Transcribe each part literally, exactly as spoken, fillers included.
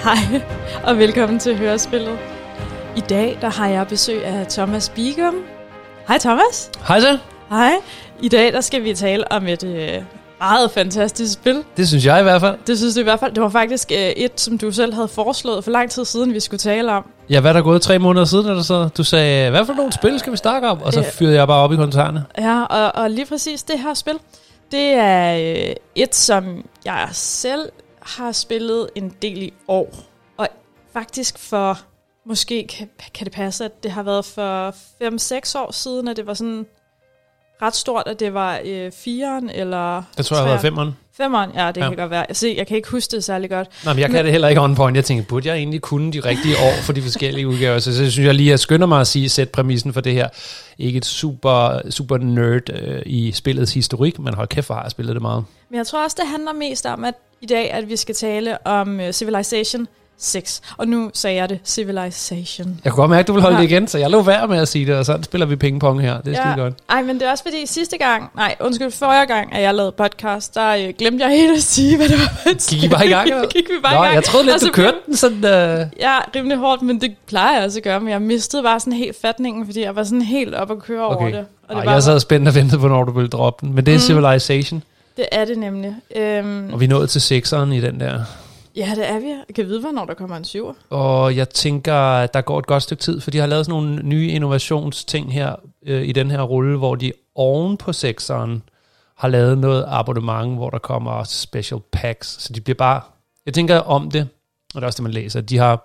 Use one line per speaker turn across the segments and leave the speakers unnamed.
Hej, og velkommen til Hørespillet. I dag der har jeg besøg af Thomas Bigum. Hej Thomas.
Hej så.
Hej. I dag der skal vi tale om et øh, meget fantastisk spil.
Det synes jeg i hvert fald.
Det synes du i hvert fald. Det var faktisk øh, et, som du selv havde foreslået for lang tid siden, vi skulle tale om.
Ja, hvad er der gået tre måneder siden, eller så? Du sagde, hvad for nogle spil skal vi snakke om? Og så fyrede jeg bare op i kommentarerne.
Ja, og, og lige præcis det her spil, det er øh, et, som jeg selv har spillet en del i år. Og faktisk for, måske kan, kan det passe, at det har været for fem seks år siden, at det var sådan ret stort, at det var øh, fireren eller...
Det tror jeg har været femeren.
Femeren, ja, det ja. kan godt være. Jeg, se, jeg kan ikke huske det særlig godt.
Nej, men jeg kan men, det heller ikke on point. Jeg tænker, burde jeg egentlig kunne de rigtige år for de forskellige udgaver? Så, så synes jeg lige, at jeg skynder mig at sige, sæt præmissen for det her. Ikke et super, super nerd øh, i spillets historik, men hold kæft, hvor har jeg spillet det meget.
Men jeg tror også, det handler mest om, at i dag, at vi skal tale om uh, Civilization seks. Og nu sagde jeg det, Civilization.
Jeg kunne godt mærke, at du vil holde ja. det igen, så jeg lå værd med at sige det, og sådan spiller vi pingpong her. Det er ja. skide godt.
Ej, men det er også fordi sidste gang, nej, undskyld, forrige gang, at jeg lavede podcast, der øh, glemte jeg helt at sige, hvad det var.
Gik I bare i gang?
Gik vi bare
Nå,
i gang.
Jeg troede lidt, du kørte den sådan... Uh...
Ja, rimelig hårdt, men det plejer jeg også at gøre, men jeg mistede bare sådan helt fatningen, fordi jeg var sådan helt op at køre okay. over det. Og det
Ej, jeg sad spændt og ventede på, når du ville droppe den, men det er mm. Civilization.
Det er det nemlig. Øhm,
og vi nåede til sekseren i den der...
Ja, det er vi. Jeg kan vide, hvornår der kommer en syver.
Og jeg tænker, at der går et godt stykke tid, for de har lavet sådan nogle nye innovationsting her øh, i den her rulle, hvor de oven på sekseren har lavet noget abonnement, hvor der kommer special packs. Så de bliver bare... Jeg tænker om det, og det er også det, man læser. De har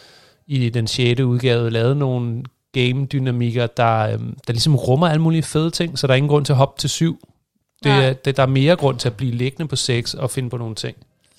i den sjette udgave lavet nogle game-dynamikker, der, øh, der ligesom rummer alle mulige fede ting, så der er ingen grund til at hoppe til syv. Det, det, der er mere grund til at blive liggende på seks og finde på nogle ting.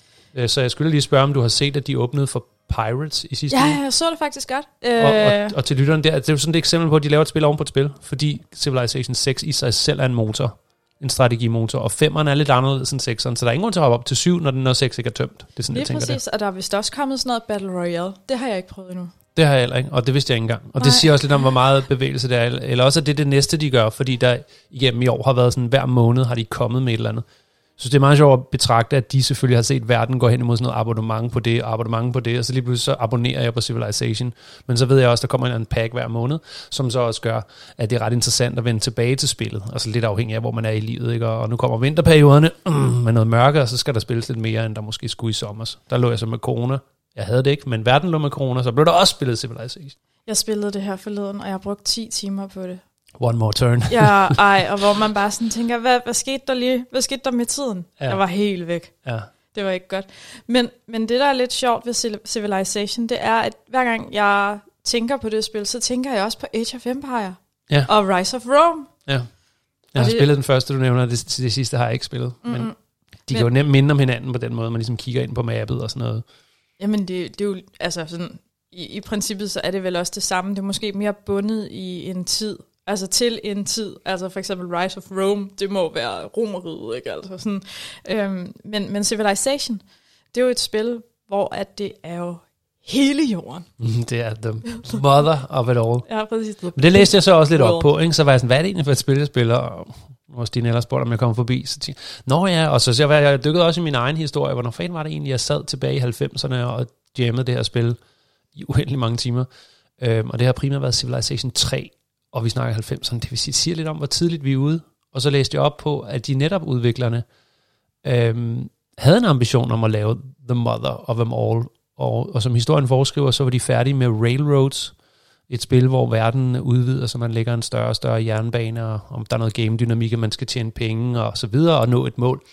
Så jeg skulle lige spørge, om du har set, at de åbnede for Pirates i sidste
ja,
uge?
Ja, jeg så det faktisk godt.
Og, og, og til lytteren der, det er jo sådan et eksempel på, at de laver et spil oven på et spil, fordi Civilization seks i sig selv er en motor, en strategimotor, og femeren er lidt anderledes end sekseren, så der er ingen grund til at hoppe op til syv, når den når seks ikke er tømt. Det er sådan,
lige
jeg tænker
præcis, det. Og der er vist også kommet sådan noget Battle Royale. Det har jeg ikke prøvet endnu.
Det har jeg heller ikke, og det vidste jeg ikke engang. Og
Nej.
det siger også lidt om, hvor meget bevægelse det er. Eller også, at det er det næste, de gør, fordi der igennem i år har været sådan, hver måned har de kommet med et eller andet. Så det er meget sjovt at betragte, at de selvfølgelig har set verden gå hen imod sådan noget abonnement på det, abonnement på det, og så lige pludselig så abonnerer jeg på Civilization. Men så ved jeg også, at der kommer en anden pack hver måned, som så også gør, at det er ret interessant at vende tilbage til spillet. Altså lidt afhængig af, hvor man er i livet, ikke? Og nu kommer vinterperioderne mm, med noget mørke, og så skal der spilles lidt mere, end der måske skulle i sommer. Der lå jeg så med corona. Jeg havde det ikke, men verden lå med corona, så blev der også spillet Civilization.
Jeg spillede det her forleden, og jeg har brugt ti timer på det.
One more turn.
ja, ej, og hvor man bare sådan tænker, hvad, hvad skete der lige? Hvad skete der med tiden? Ja. Jeg var helt væk.
Ja.
Det var ikke godt. Men, men det, der er lidt sjovt ved Civilization, det er, at hver gang jeg tænker på det spil, så tænker jeg også på Age of Empire.
Ja.
Og Rise of Rome.
Ja. Jeg har det, spillet den første, du nævner, det, det sidste har jeg ikke spillet. Mm-hmm. Men de kan men, jo nemt minde om hinanden på den måde, man ligesom kigger ind på mappet og sådan noget.
Jamen, det, det er jo, altså sådan, i, i princippet så er det vel også det samme. Det er måske mere bundet i en tid, altså til en tid, altså for eksempel Rise of Rome, det må være Romerriget, ikke? Altså sådan. Øhm, men, men Civilization, det er jo et spil, hvor at det er jo hele jorden.
Mm, det er the mother of it all.
Ja, præcis.
Men det læste jeg så også lidt op på, ikke? Så var jeg sådan, hvad er det egentlig for et spil, jeg spiller? Og hvor Stine ellers spurgte, om jeg kom forbi. Så tænkte nå ja, og så, så jeg, jeg dykkede også i min egen historie, hvornår fanden var det egentlig, jeg sad tilbage i halvfemserne og jammede det her spil i uendelig mange timer. Øhm, og det har primært været Civilization tre, og vi snakker halvfemserne. Det vil sige, siger lidt om, hvor tidligt vi er ude. Og så læste jeg op på, at de netop udviklerne øhm, havde en ambition om at lave The Mother of them all. Og, og som historien foreskriver, så var de færdige med Railroads, et spil, hvor verden udvider, så man lægger en større og større jernbane, og om der er noget game-dynamik, man skal tjene penge og så videre, og nå et mål.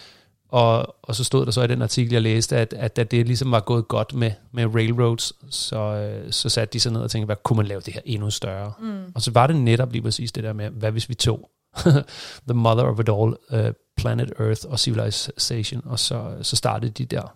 Og, og så stod der så i den artikel, jeg læste, at, at, at det ligesom var gået godt med, med Railroads, så, så satte de sig ned og tænkte, hvad kunne man lave det her endnu større? Mm. Og så var det netop lige præcis det der med, hvad hvis vi tog The Mother of it all, uh, Planet Earth og Civilization, og så, så startede de der.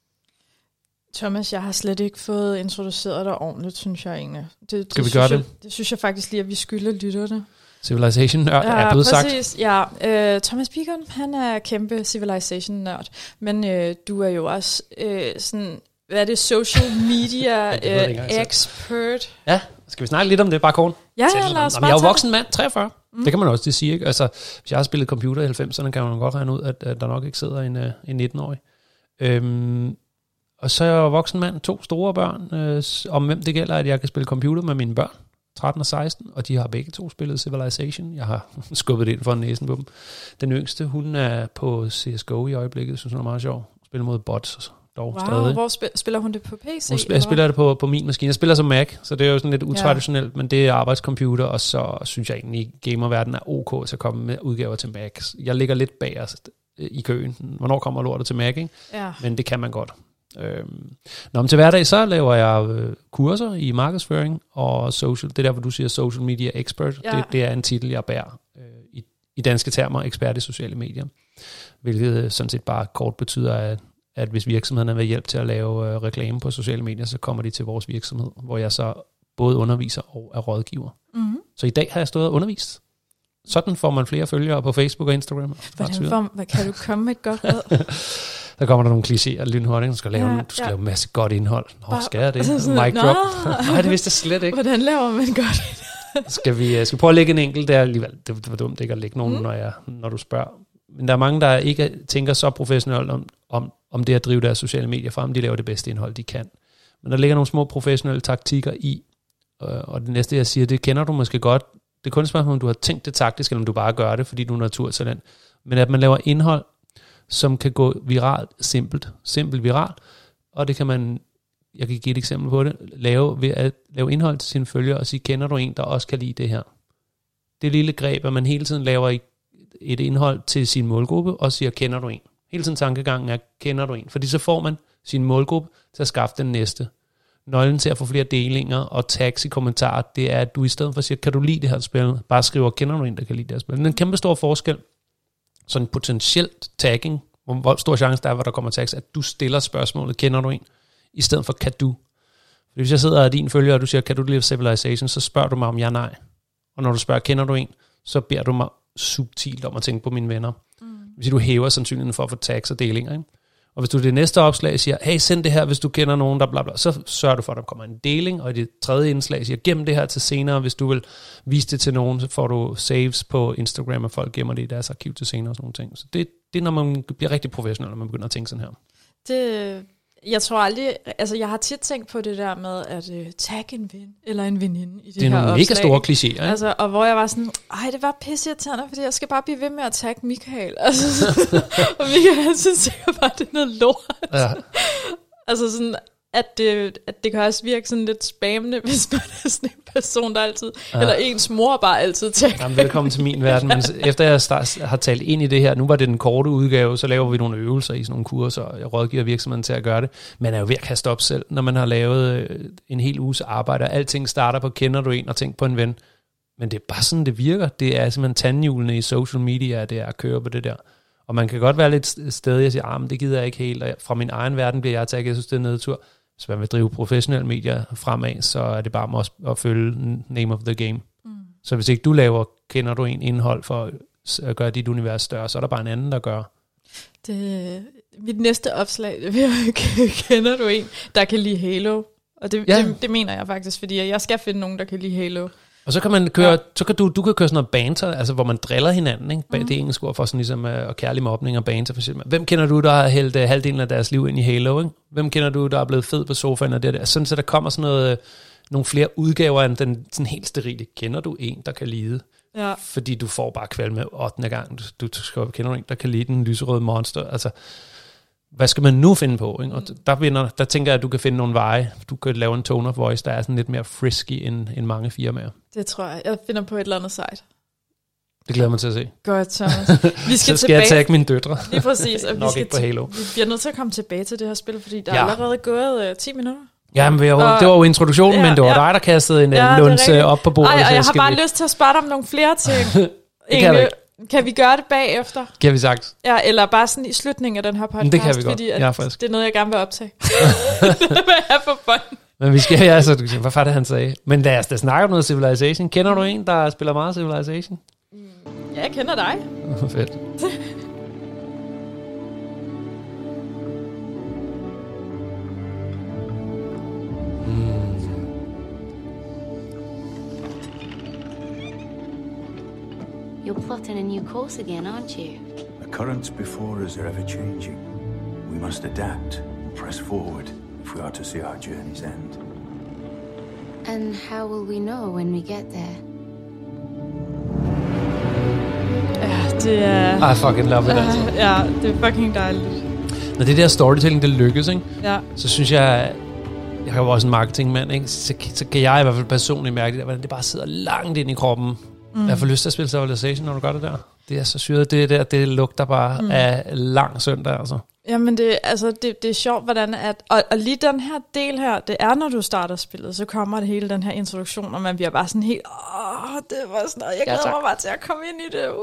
Thomas, jeg har slet ikke fået introduceret dig ordentligt, synes jeg egentlig. Det, det
Skal vi gøre det?
Jeg, det synes jeg faktisk lige, at vi skylder lytterne.
Civilization-nørd ja, er blevet
præcis,
sagt.
Ja, øh, Thomas Bigum, han er kæmpe Civilization-nørd, men øh, du er jo også øh, sådan, hvad er det, social media øh, expert?
Ja, skal vi snakke lidt om det, bare kort?
Ja, ja, lad os bare
Jeg er jo voksen mand, treogfyrre. Mm. Det kan man også det sige, ikke? Altså, hvis jeg har spillet computer i halvfemserne, kan man godt regne ud, at, at der nok ikke sidder en, en nitten-årig. Øhm, og så er jeg voksen mand, to store børn, øh, om hvem det gælder, at jeg kan spille computer med mine børn, tretten og seksten, og de har begge to spillet Civilization. Jeg har skubbet det ind for næsen på dem. Den yngste, hun er på C S G O i øjeblikket, synes hun er meget sjov. Spiller mod bots dog
wow,
stadig.
Hvor spil- spiller hun det på P C?
Hun spiller, jeg spiller det på, på min maskine. Jeg spiller som Mac, så det er jo sådan lidt utraditionelt, ja. Men det er arbejdscomputer, og så synes jeg egentlig, at gamerverdenen er ok til at komme med udgaver til Mac. Jeg ligger lidt bagerst i køen. Hvornår kommer lortet til Mac, ikke?
Ja.
Men det kan man godt. Øhm. Nå, men til hverdag så laver jeg øh, kurser i markedsføring og social. Det er der, hvor du siger social media expert. Ja. Det, det er en titel, jeg bærer øh, i, i danske termer, ekspert i sociale medier. Hvilket sådan set bare kort betyder, at, at hvis virksomhederne vil hjælpe til at lave øh, reklame på sociale medier, så kommer de til vores virksomhed, hvor jeg så både underviser og er rådgiver. Mm-hmm. Så i dag har jeg stået og undervist. Sådan får man flere følgere på Facebook og Instagram.
Hvordan får, hvad, kan du komme med et godt råd?
Der kommer der nogle klichéer lynhurtigt, du skal lave,
ja,
du skal
ja.
lave en masse godt indhold. Nå,
Bare,
skal jeg det?
Altså
Mic drop. Nej, det vidste jeg slet ikke.
Hvordan laver man godt indhold?
skal vi skal prøve at lægge en enkelt der alligevel. Det, det var dumt ikke at lægge nogen, mm. når, jeg, når du spørger. Men der er mange, der ikke tænker så professionelt om, om, om det at drive deres sociale medier frem. De laver det bedste indhold, de kan. Men der ligger nogle små professionelle taktikker i. Og det næste, jeg siger, det kender du måske godt. Det er kun et spørgsmål, om du har tænkt det taktisk, eller om du bare gør det, fordi du er naturtalent. Men at man laver indhold, som kan gå viralt, simpelt, simpelt viralt, og det kan man, jeg kan give et eksempel på det, lave ved at lave indhold til sine følgere og sige, kender du en, der også kan lide det her? Det lille greb, at man hele tiden laver et indhold til sin målgruppe og siger, kender du en? Hele tiden tankegangen er, kender du en? Fordi så får man sin målgruppe til at skaffe den næste. Nøglen til at få flere delinger og tags i kommentarer, det er, at du i stedet for siger, kan du lide det her spil? Bare skriver, kender du en, der kan lide det her spil? Det er en kæmpe stor forskel. Sådan potentielt tagging, hvor stor chance der er, hvor der kommer tags, at du stiller spørgsmålet, kender du en? I stedet for, kan du? Fordi hvis jeg sidder og din følger, og du siger, kan du lide Civilization, så spørger du mig om ja nej. Og når du spørger, kender du en? Så beder du mig subtilt om at tænke på mine venner. Mm. Hvis du hæver sandsynligheden for at få tags og delinger, ikke? Og hvis du i det næste opslag siger, hey, send det her, hvis du kender nogen, der bla bla, så sørger du for, at der kommer en deling, og i det tredje indslag siger, gem det her til senere, hvis du vil vise det til nogen, så får du saves på Instagram, og folk gemmer det i deres arkiv til senere og sådan nogle ting. Så det, det er, når man bliver rigtig professionel, når man begynder at tænke sådan her.
Det, jeg tror aldrig, altså jeg har tit tænkt på det der med at uh, tagge en ven eller en veninde i det, det her opslag.
Det er nogle mega store klichéer, ikke?
Altså, og hvor jeg var sådan, ej, det var pisseirriterende, fordi jeg skal bare blive ved med at tagge Michael. Altså, og Michael synes sikkert bare, det er noget lort. Ja. Altså sådan, at det, at det kan også virke sådan lidt spammende, hvis man er sådan en person, der altid, ja. Eller ens mor bare altid tagger.
Jamen, velkommen til min verden. Men efter jeg start, har talt ind i det her, nu var det den korte udgave, så laver vi nogle øvelser i sådan nogle kurser, og jeg rådgiver virksomheden til at gøre det. Man er jo ved at kaste op selv, når man har lavet en hel uges arbejde, og alting starter på, kender du en, og tænk på en ven. Men det er bare sådan, det virker. Det er simpelthen tandhjulene i social media, det er at køre på det der. Og man kan godt være lidt stedig og sige, ah, men det gider jeg ikke helt, og fra min egen verden bliver jeg tagget, jeg synes, det er nedtur. Hvis man vil drive professionelle medier fremad, så er det bare også at følge name of the game. Mm. Så hvis ikke du laver, kender du en indhold for at gøre dit univers større, så er der bare en anden, der gør.
Det, mit næste opslag, det kender du en, der kan lide Halo. Og det, ja. det, det mener jeg faktisk, fordi jeg skal finde nogen, der kan lide Halo.
Og så kan man køre, ja. så kan du, du kan køre sådan noget banter, altså hvor man driller hinanden, ikke? Mm. Det er engelsk ord for sådan ligesom uh, kærlig mobning og banter for eksempel. Hvem kender du, der har hældt uh, halvdelen af deres liv ind i Halo, ikke? Hvem kender du, der er blevet fed på sofaen og det der? Sådan så der kommer sådan noget, uh, nogle flere udgaver end den sådan helt sterile. Kender du en, der kan lide? Ja. Fordi du får bare kvalm med ottende gang. Du, du skal kender du en, der kan lide den lyserøde monster. Altså, hvad skal man nu finde på? Ikke? Og der, vinder, der tænker jeg, at du kan finde nogle veje. Du kan lave en tone of voice, der er sådan lidt mere frisky end, end mange firmaer.
Det tror jeg. Jeg finder på et eller andet site.
Det glæder mig til at se.
Godt, Thomas. Vi skal
Så skal
tilbage.
jeg tagge mine døtre.
Lige præcis. Og
Nok
vi,
ikke på Halo.
vi bliver nødt til at komme tilbage til det her spil, fordi der ja. er allerede gået uh, ti minutter.
Ja, men var, det var jo introduktionen, ja, men det var ja. dig, der kastede en ja, lunds op på bordet.
Ej, og jeg har bare
vi...
lyst til at spørge dig om nogle flere ting. Inge, kan vi gøre det bagefter?
Kan vi sagt.
Ja, eller bare sådan i slutningen af den her podcast,
det kan vi godt.
Fordi at
ja,
det er noget, jeg gerne vil optage. Det vil jeg have for fun.
Men vi skal, ja, altså, hvad var det, han sagde? Men lad os da snakke om noget Civilization. Kender du en, der spiller meget Civilization?
Ja, jeg kender dig.
Fedt.
You're plotting a new course again, aren't you?
The currents before us are ever changing. We must adapt press forward if we are to see our journey's end.
And how will we know when we get there?
Ja, det er...
I fucking love it, altså.
Ja, det er fucking dejligt.
Når det der storytelling, det lykkes, ikke?
Ja.
Så synes jeg, jeg har jo også en marketingmand, ikke? Så, så kan jeg i hvert fald personligt mærke, hvordan det bare sidder langt ind i kroppen. Mm. Jeg får lyst til at spille Civilization, når du gør det der. Det er så syret, det der, det lugter bare mm. af lang søndag, altså.
Jamen, det, altså, det, det er sjovt, hvordan at... Og, og lige den her del her, det er, når du starter spillet, så kommer det hele den her introduktion, og man bliver bare sådan helt... Åh, det var sådan noget, jeg glæder ja, mig bare til at komme ind i det. Ui.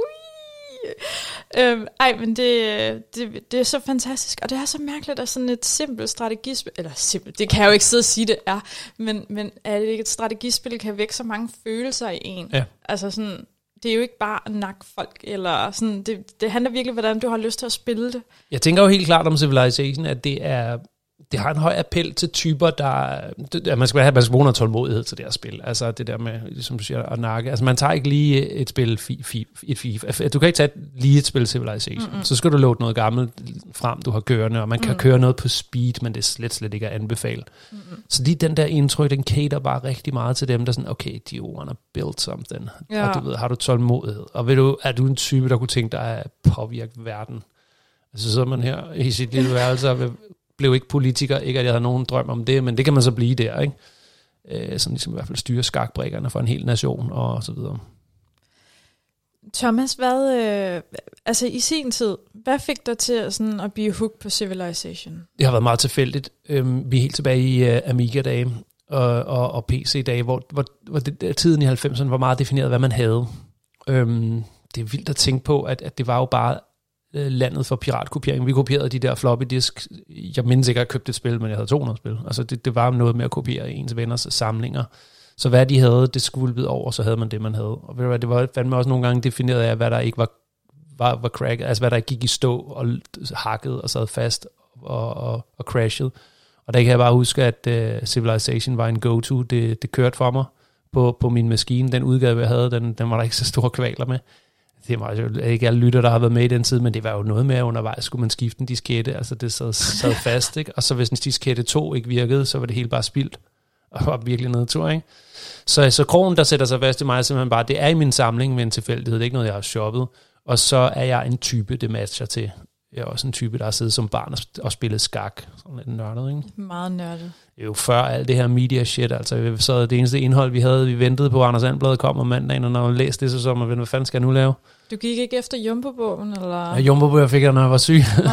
Øhm, ej, men det, det, det er så fantastisk, og det er så mærkeligt, at sådan et simpelt strategispil, eller simpelt, det kan jeg jo ikke sidde og sige, det er, men, men at et strategispil kan vække så mange følelser i en. Ja. Altså sådan, det er jo ikke bare at nakke folk, eller sådan, det, det handler virkelig om, hvordan du har lyst til at spille det. Jeg
tænker jo helt klart om Civilization, at det er... Det har en høj appel til typer, der... At man skal have, man skal bruge noget tålmodighed til det her spil. Altså det der med, som du siger, at nakke. Altså man tager ikke lige et spil... Fi, fi, et FIFA. Du kan ikke tage lige et spil Civilization. Mm-hmm. Så skal du loade noget gammelt frem, du har kørende, og man kan mm. køre noget på speed, men det er slet, slet ikke at anbefale. Mm-hmm. Så lige den der intro, den cater bare rigtig meget til dem, der sådan, okay, do you wanna build something? Ja. Og du ved, har du tålmodighed? Og ved du, er du en type, der kunne tænke dig at påvirke verden? Altså så sidder man her i sit lille værelse og blev ikke politiker, ikke at jeg havde nogen drøm om det, men det kan man så blive der, ikke? Øh, sådan ligesom i hvert fald styre skakbrikkerne for en hel nation, og så videre.
Thomas, hvad, øh, altså i sin tid, hvad fik dig til sådan at blive hooked på Civilization?
Det har været meget tilfældigt. Øh, vi er helt tilbage i uh, Amiga-dage og, og, og P C-dage, hvor, hvor, hvor det, tiden i halvfemserne var meget defineret, hvad man havde. Øh, det er vildt at tænke på, at, at det var jo bare landet for piratkopiering. Vi kopierede de der floppy disk. Jeg mindes ikke, at jeg købte et spil, men jeg havde to hundrede spil. Altså det, det var noget med at kopiere ens venners samlinger. Så hvad de havde, det skulle over, så havde man det, man havde. Og ved du hvad, det var fandme også nogle gange defineret af, hvad der ikke var, var, var crack, altså hvad der ikke gik i stå og hakkede og sad fast og, og, og crashede. Og der kan jeg bare huske, at uh, Civilization var en go-to. Det, det kørte for mig på, på min maskine. Den udgave, jeg havde, den, den var der ikke så store kvaler med. Det er jo ikke alle lytter, der har været med i den tid, men det var jo noget med, at undervejs skulle man skifte en diskette, altså det sad, sad fast, ikke? Og så hvis en diskette to ikke virkede, så var det hele bare spildt, og var virkelig nedtur, ikke? Så, så krogen, der sætter sig fast i mig, er simpelthen bare, det er i min samling med en tilfældighed, det er ikke noget, jeg har shoppet, og så er jeg en type, det matcher til. Jeg er også en type, der har siddet som barn og spillet skak, sådan lidt nørdet, ikke?
Meget nørdet.
Det er jo før alt det her media shit, altså så det eneste indhold, vi havde, vi ventede på, Anders And-bladet kom om mandagen, og når jeg læste det, så så man, hvad fanden skal jeg nu lave?
Du gik ikke efter Jumbo-bogen, eller?
Ja, Jumbo-bogen fik jeg, når jeg var syg.
Oh.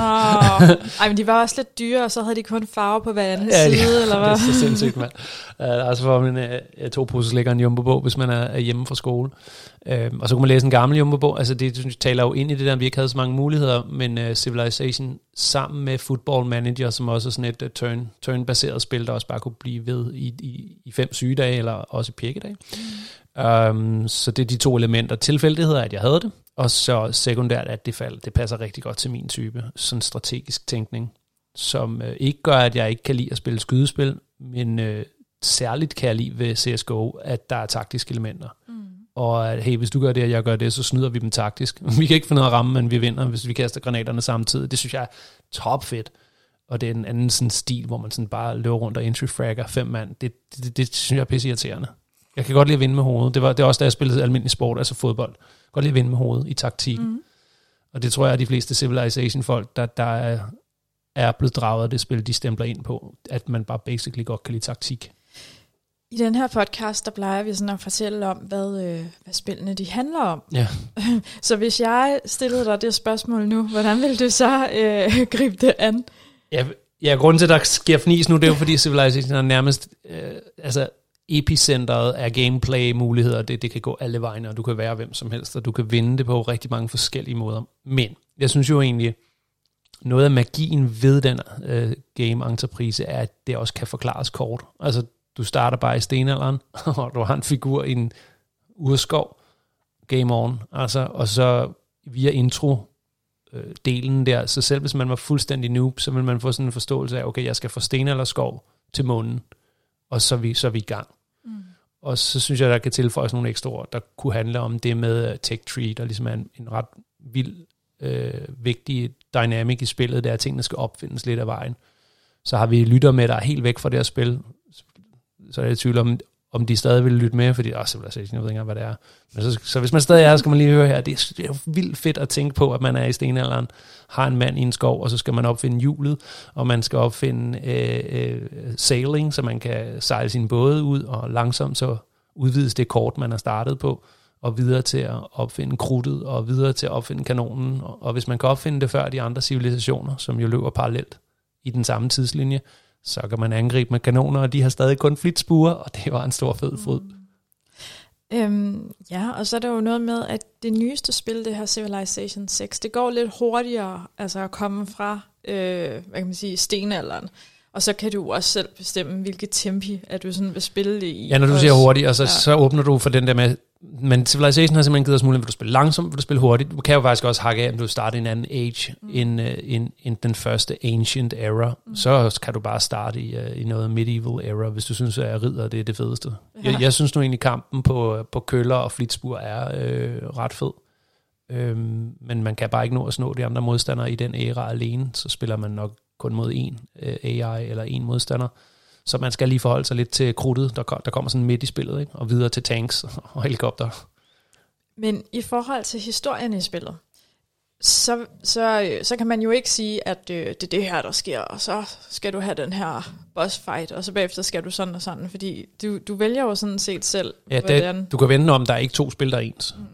Ej, men de var også lidt dyre, og så havde de kun farve på hver anden ja, side,
ja,
eller hvad?
Det er så sindssygt, mand. Uh, altså for man uh, to poser ligger en Jumbo-bog, hvis man er, er hjemme fra skole. Uh, og så kunne man læse en gammel Jumbo-bog. Altså det synes, taler jo ind i det der, vi ikke havde så mange muligheder, men uh, Civilization sammen med Football Manager, som også er sådan et uh, turn, turn-baseret spil, der også bare kunne blive ved i, i, i fem sygedage, eller også pirkedage. Mm. Um, så det er de to elementer. Tilfældighed er, at jeg havde det, og så sekundært, at det, fald, det passer rigtig godt til min type. Sådan strategisk tænkning, som øh, ikke gør, at jeg ikke kan lide at spille skydespil, men øh, særligt kan jeg lide ved C S G O, at der er taktiske elementer. Mm. Og at, hey, hvis du gør det, og jeg gør det, så snyder vi dem taktisk. Vi kan ikke få noget at ramme, men vi vinder, hvis vi kaster granaterne samtidig. Det synes jeg er topfedt. Og det er en anden sådan stil, hvor man sådan bare løber rundt og entry-fragger fem mand. Det, det, det, det synes jeg er pisseirriterende. Jeg kan godt lide at vinde med hovedet. Det var det er også, da jeg spillede almindelig sport, altså fodbold. Jeg kan godt lide at vinde med hovedet i taktikken. Mm. Og det tror jeg, at de fleste Civilization-folk, der, der er, er blevet draget af det spil, de stempler ind på, at man bare basically godt kan lide taktik.
I den her podcast, der plejer vi sådan at fortælle om, hvad, øh, hvad spillene de handler om.
Ja.
Så hvis jeg stillede dig det spørgsmål nu, hvordan vil du så øh, gribe det an?
Ja, ja, grunden til, at der sker fnis nu, det er jo fordi Civilization er nærmest... Øh, altså epicentret af gameplay-muligheder, det, det kan gå alle vegne, og du kan være hvem som helst, og du kan vinde det på rigtig mange forskellige måder. Men jeg synes jo egentlig, noget af magien ved den øh, game-entreprise er, at det også kan forklares kort. Altså, du starter bare i stenalderen, og du har en figur i en urskov, game on, altså, og så via intro-delen der, så selv hvis man var fuldstændig noob, så vil man få sådan en forståelse af, okay, jeg skal fra stenalderskov til månen, og så er vi, så er vi i gang. Mm. Og så synes jeg, der kan tilføjes nogle ekstra ord, der kunne handle om det med tech tree, der ligesom er en, en ret vild, øh, vigtig dynamic i spillet, der er, at tingene skal opfindes lidt af vejen. Så har vi lytter med, der er helt væk fra det her spil, så er jeg i tvivl om, om de stadig vil lytte med, fordi, åh, Civilization, jeg ved ikke engang, hvad det er. Men så, så hvis man stadig er, så skal man lige høre her, det er, det er jo vildt fedt at tænke på, at man er i stenalderen, har en mand i en skov, og så skal man opfinde hjulet, og man skal opfinde øh, øh, sailing, så man kan sejle sin både ud, og langsomt så udvides det kort, man har startet på, og videre til at opfinde krudtet, og videre til at opfinde kanonen, og, og hvis man kan opfinde det før de andre civilisationer, som jo løber parallelt i den samme tidslinje, så kan man angribe med kanoner, og de har stadig kun flitsbuer, og det var en stor fed fryd.
Mm. Øhm, ja, og så er der jo noget med, at det nyeste spil, det her Civilization seks, det går lidt hurtigere, altså at komme fra, øh, hvad kan man sige, stenalderen. Og så kan du også selv bestemme, hvilke tempi, at du sådan vil spille det i.
Ja, når du
også.
siger hurtigt, og så,
ja.
så åbner du for den der med, men Civilization har simpelthen givet os muligheden, vil du spille langsomt, vil du spille hurtigt. Du kan jo faktisk også hakke af, om du starter i en anden age, mm. end, uh, end, end den første ancient era. Mm. Så kan du bare starte i, uh, i noget medieval era, hvis du synes, at ridder det er det fedeste. Ja. Jeg, jeg synes nu egentlig, kampen på, på køller og flitsbuer er øh, ret fed. Øhm, men man kan bare ikke nå at snå de andre modstandere i den æra alene, så spiller man nok kun mod en øh, A I eller en modstander. Så man skal lige forholde sig lidt til krudtet, der, der kommer sådan midt i spillet, ikke? Og videre til tanks og helikopter.
Men i forhold til historien i spillet, så, så, så kan man jo ikke sige, at øh, det er det her, der sker, og så skal du have den her boss fight, og så bagefter skal du sådan og sådan, fordi du, du vælger jo sådan set selv,
ja, det, du kan vende om, der er ikke to spil, der er ens. Mm.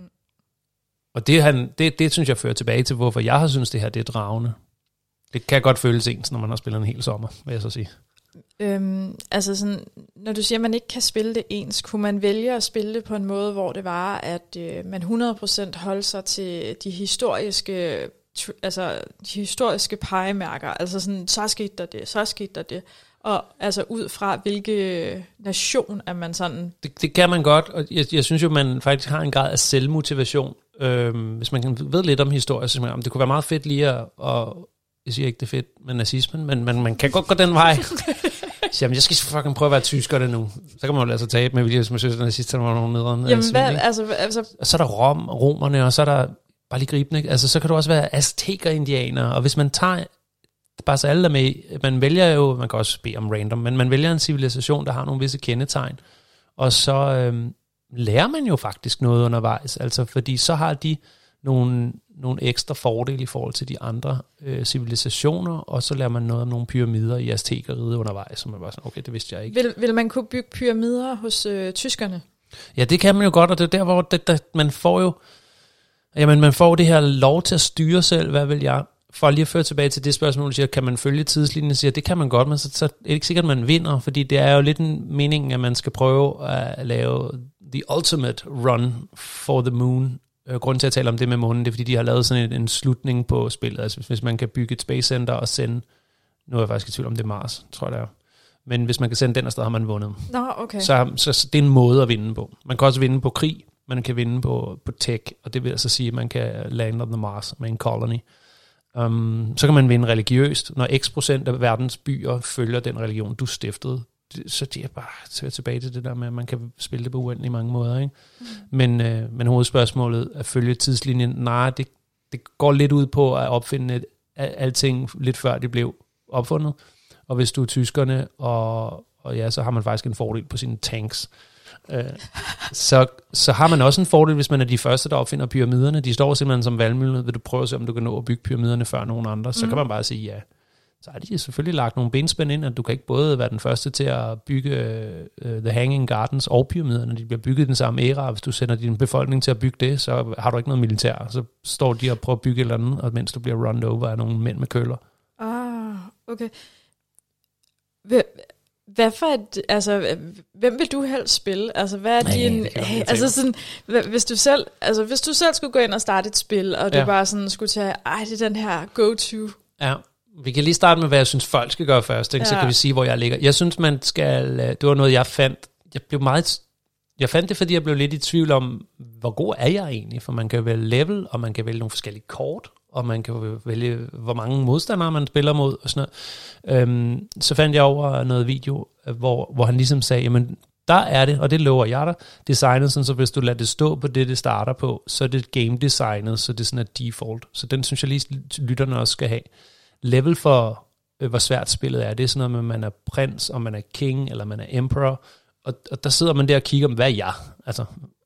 Og det, han, det, det synes jeg fører tilbage til, hvorfor jeg har synes det her det er dragende. Det kan godt føles ens, når man har spillet en hel sommer, vil jeg så sige.
Øhm, altså sådan, når du siger, at man ikke kan spille det ens, kunne man vælge at spille det på en måde, hvor det var, at øh, man hundrede procent holdt sig til de historiske, tr- altså de historiske pegemærker, altså sådan, så skete der det, så skete der det, og altså ud fra hvilke nation er man sådan.
Det, det kan man godt, og jeg, jeg synes jo, man faktisk har en grad af selvmotivation. Øhm, hvis man ved lidt om historie, så synes man, det kunne være meget fedt lige at, at jeg siger ikke, det er fedt med nazismen, men man, man kan godt gå den vej. Jamen, jeg skal fucking prøve at være tysker det nu. Så kan man jo lade sig tabe med, fordi jeg synes, at nazisterne var nogle nederen.
Jamen, hvad, altså, altså...
Og så er der rom, romerne, og så er der bare lige gribende, ikke? Altså, så kan du også være azteker-indianer, og hvis man tager, bare så alle der med, man vælger jo, man kan også bede om random, men man vælger en civilisation, der har nogle visse kendetegn, og så øhm, lærer man jo faktisk noget undervejs, altså, fordi så har de nogle, nogle ekstra fordele i forhold til de andre øh, civilisationer, og så lærer man noget om nogle pyramider i aztekeriet undervejs, som man bare sådan, okay, det vidste jeg ikke.
Vil, vil man kunne bygge pyramider hos øh, tyskerne?
Ja, det kan man jo godt, og det er der, hvor det, der, man får jo, jamen man får det her lov til at styre selv, hvad vil jeg? For lige at føre tilbage til det spørgsmål, du siger, kan man følge tidslinjen? Jeg siger, det kan man godt, men så, så er det ikke sikkert, at man vinder, fordi det er jo lidt en mening, at man skal prøve at lave the ultimate run for the moon. Grunden til at tale om det med månen, det er, fordi de har lavet sådan en, en slutning på spillet. Altså hvis man kan bygge et space center og sende, nu er jeg faktisk i tvivl om det er Mars, tror jeg det er. Men hvis man kan sende den afsted, har man vundet.
Nå, okay.
Så, så, så det er en måde at vinde på. Man kan også vinde på krig, man kan vinde på, på tech, og det vil altså sige, at man kan land on the Mars med en colony. Um, så kan man vinde religiøst, når x procent af verdens byer følger den religion, du stiftede. Så det er bare tilbage til det der med, at man kan spille det på uendelig mange måder, ikke? Mm. Men, øh, men hovedspørgsmålet at følge tidslinjen, nej, det, det går lidt ud på at opfinde et, alting lidt før det blev opfundet. Og hvis du er tyskerne, og, og ja, så har man faktisk en fordel på sine tanks. Øh, så, så har man også en fordel, hvis man er de første, der opfinder pyramiderne. De står simpelthen som valgmulighed. Vil du prøve at se, om du kan nå at bygge pyramiderne før nogen andre? Så mm. kan man bare sige ja. Så har de selvfølgelig lagt nogle benspænd ind, at du kan ikke både være den første til at bygge uh, The Hanging Gardens og pyramiderne, de bliver bygget i den samme æra. Hvis du sender din befolkning til at bygge det, så har du ikke noget militær. Så står de og prøver at bygge et eller andet, og mens du bliver run over af nogle mænd med køller.
Ah, okay. Hvad for et, altså, hvem vil du helst spille? Altså, hvad er
Nej,
din, altså sådan, hvis du selv, altså, hvis du selv skulle gå ind og starte et spil, og du ja. bare sådan skulle tage, ej, det er den her go-to.
Ja. Vi kan lige starte med, hvad jeg synes, folk skal gøre først, ikke? Ja. Så kan vi sige, hvor jeg ligger. Jeg synes, man skal... Det var noget, jeg fandt... Jeg blev meget... Jeg fandt det, fordi jeg blev lidt i tvivl om, hvor god er jeg egentlig? For man kan vælge level, og man kan vælge nogle forskellige kort, og man kan vælge, hvor mange modstandere man spiller mod, og sådan noget. Øhm, så fandt jeg over noget video, hvor, hvor han ligesom sagde, jamen, der er det, og det lover jeg dig, designet sådan, så hvis du lader det stå på det, det starter på, så er det game designet, så det er sådan et default. Så den synes jeg lige, lytterne også skal have. Level for øh, hvor svært spillet er. Det er sådan noget med, at man er prins, og man er king, eller man er emperor, og, og der sidder man der og kigger, hvad er jeg? Altså,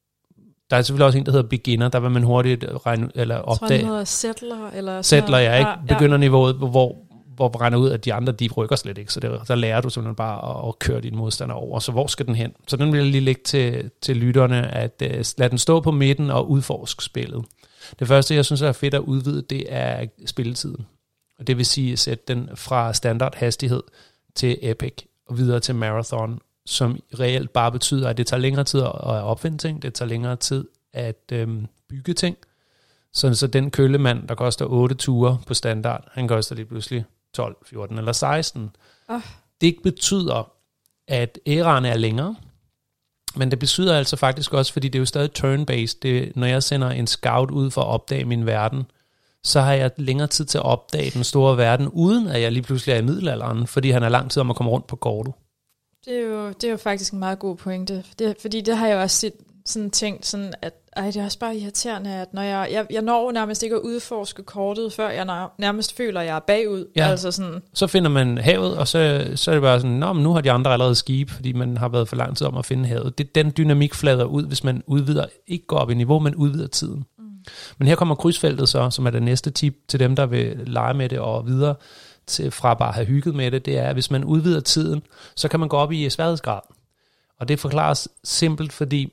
der er selvfølgelig også en, der hedder beginner, der vil man hurtigt regne, eller opdage.
Jeg tror, hedder settler, eller
settler, ja, ikke?
Ja,
Begynderniveauet, hvor hvor man regner ud, at de andre, de rykker slet ikke, så det, der lærer du simpelthen bare at, at køre din modstander over. Så hvor skal den hen? Så den vil jeg lige lægge til, til lytterne, at uh, lad den stå på midten og udforske spillet. Det første, jeg synes er fedt at udvide, det er spilletiden. Og det vil sige at sætte den fra standard hastighed til epic og videre til marathon, som reelt bare betyder, at det tager længere tid at opfinde ting, det tager længere tid at øhm, bygge ting. Så, så den køllemand, der koster otte ture på standard, han koster lige pludselig tolv, fjorten eller seksten. Oh. Det betyder, at æraen er længere, men det betyder altså faktisk også, fordi det er jo stadig turn-based, det, når jeg sender en scout ud for at opdage min verden, så har jeg længere tid til at opdage den store verden, uden at jeg lige pludselig er i middelalderen, fordi han har lang tid om at komme rundt på kortet.
Det er jo, det er jo faktisk en meget god pointe, det, fordi det har jeg også set, sådan tænkt, sådan at ej, det er også bare irriterende, at når jeg, jeg, jeg når nærmest ikke at udforske kortet, før jeg nærmest føler, at jeg er bagud.
Ja.
Altså sådan.
Så finder man havet, og så, så er det bare sådan, nå, men nu har de andre allerede skib, fordi man har været for lang tid om at finde havet. Det, den dynamik flader ud, hvis man udvider, ikke går op i niveau, men udvider tiden. Mm. Men her kommer krydsfeltet så, som er det næste tip til dem, der vil lege med det og videre, til, fra bare at have hygget med det, det er, at hvis man udvider tiden, så kan man gå op i sværhedsgrad. Og det forklares simpelt, fordi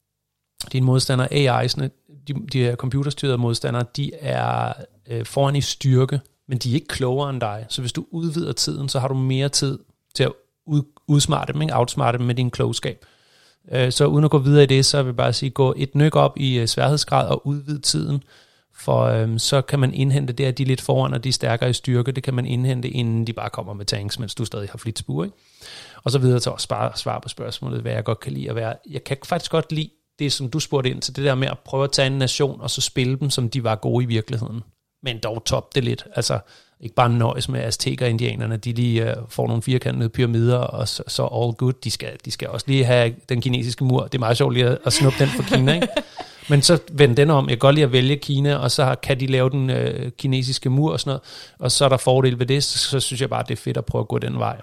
dine modstandere, A I'sne, de, de her computerstyrede modstandere, de er øh, foran i styrke, men de er ikke klogere end dig. Så hvis du udvider tiden, så har du mere tid til at ud, udsmarte dem, ikke? Outsmarte dem med din klogskab. Øh, så uden at gå videre i det, så vil jeg bare sige, gå et nyk op i øh, sværhedsgrad og udvide tiden, for øh, så kan man indhente det, at de er lidt foran, og de er stærkere i styrke. Det kan man indhente, inden de bare kommer med tanks, mens du stadig har flitsbuer, ikke? Og så videre til at spare, svare på spørgsmålet, hvad jeg godt kan lide at være. Jeg kan faktisk godt lide det, som du spurgte ind til, det der med at prøve at tage en nation, og så spille dem, som de var gode i virkeligheden. Men dog top det lidt. Altså, ikke bare nøjes med azteker-indianerne, de lige uh, får nogle firkantede pyramider, og så, så all good. De skal, de skal også lige have den kinesiske mur. Det er meget sjovt lige at, at snuppe den fra Kina, ikke? Men så vend den om. Jeg kan godt lide at vælge Kina, og så kan de lave den uh, kinesiske mur og sådan noget. Og så er der fordel ved det, så, så synes jeg bare, det er fedt at prøve at gå den vej.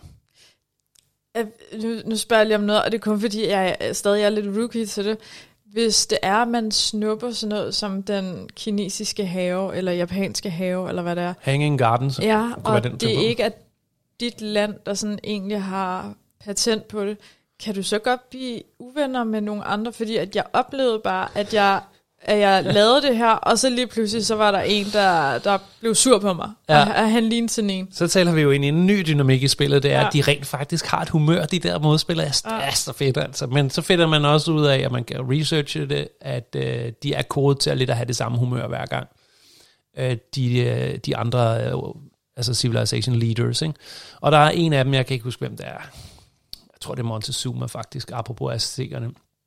Nu, nu spørger jeg lige om noget, og det er kun fordi, jeg stadig er lidt rookie til det. Hvis det er, at man snupper sådan noget som den kinesiske have, eller japanske have, eller hvad det er.
Hanging Gardens.
Ja, og det er ikke, at dit land, der sådan egentlig har patent på det, kan du så godt blive uvenner med nogle andre? Fordi at jeg oplevede bare, at jeg, at jeg lavede det her, og så lige pludselig, så var der en, der, der blev sur på mig. Ja. Og, og han lignede sådan en.
Så taler vi jo ind i en ny dynamik i spillet, det er, ja. At de rent faktisk har et humør, de der modspillere. Det er ja. så fedt, altså. Men så finder man også ud af, at man kan researche det, at øh, de er kodet til at lidt at have det samme humør hver gang. Øh, de, øh, de andre, øh, altså Civilization Leaders, ikke? Og der er en af dem, jeg kan ikke huske, hvem det er. Jeg tror, det er Montezuma faktisk, apropos aztekerne.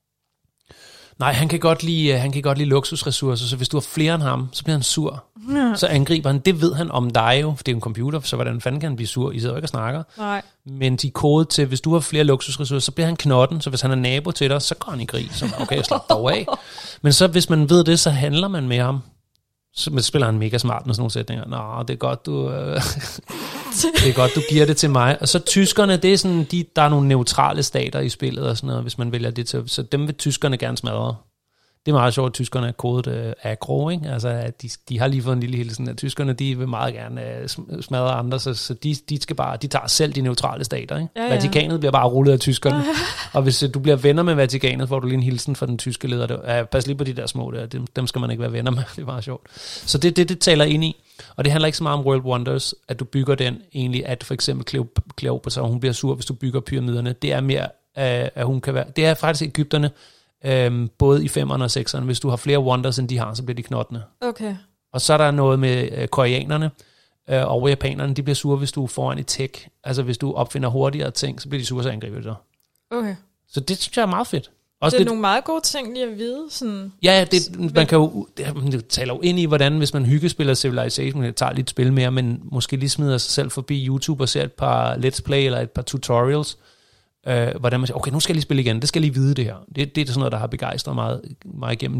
Nej, han kan godt lide, han kan godt lide luksusressourcer, så hvis du har flere end ham, så bliver han sur. Ja. Så angriber han. Det ved han om dig jo, for det er en computer, så hvordan fanden kan han blive sur? I sidder jo ikke og snakker.
Nej.
Men de er kodet til, hvis du har flere luksusressourcer, så bliver han knotten, så hvis han er nabo til dig, så går han i krig. Så okay, slap dog af. Men så hvis man ved det, så handler man med ham. Så spiller han mega smart med sådan nogle sætninger. Nå, det er godt, du, øh, det er godt, du giver det til mig. Og så tyskerne, det er sådan, de, der er nogle neutrale stater i spillet og sådan noget, hvis man vælger det til. Så dem vil tyskerne gerne smadre. Det er meget sjovt, at tyskerne er kodet øh, aggro, ikke? Altså, at de, de har lige fået en lille hilsen, at tyskerne, de vil meget gerne øh, smadre andre, så, så de, de skal bare, de tager selv de neutrale stater, ikke? Ja, ja. Vatikanet bliver bare rullet af tyskerne. Ja. Og hvis øh, du bliver venner med Vatikanet, får du lige en hilsen fra den tyske leder. Det, øh, pas lige på de der små der, dem, dem skal man ikke være venner med, det er meget sjovt. Så det det, det taler ind i. Og det handler ikke så meget om World Wonders, at du bygger den egentlig, at for eksempel Kleopatra, hun bliver sur, hvis du bygger pyramiderne. Det er mere, øh, at hun kan være, det er faktisk Egypterne, Øhm, både i femmerne og sekserne. Hvis du har flere wonders, end de har, så bliver de knottende.
Okay.
Og så er der noget med øh, koreanerne øh, og japanerne, de bliver sure, hvis du er foran i tech. Altså hvis du opfinder hurtigere ting, så bliver de sure, så angriber dig.
Okay.
Så det synes jeg er meget fedt. Også
det er
lidt,
nogle meget gode ting lige at vide. Sådan.
Ja, det, man kan jo, det taler jo ind i, hvordan hvis man hyggespiller Civilization, det tager lidt spil mere, men måske lige smider sig selv forbi YouTube og ser et par let's play eller et par tutorials, Øh, hvordan man siger, okay, nu skal jeg lige spille igen, det skal jeg lige vide det her. Det, det er sådan noget, der har begejstret meget, meget igennem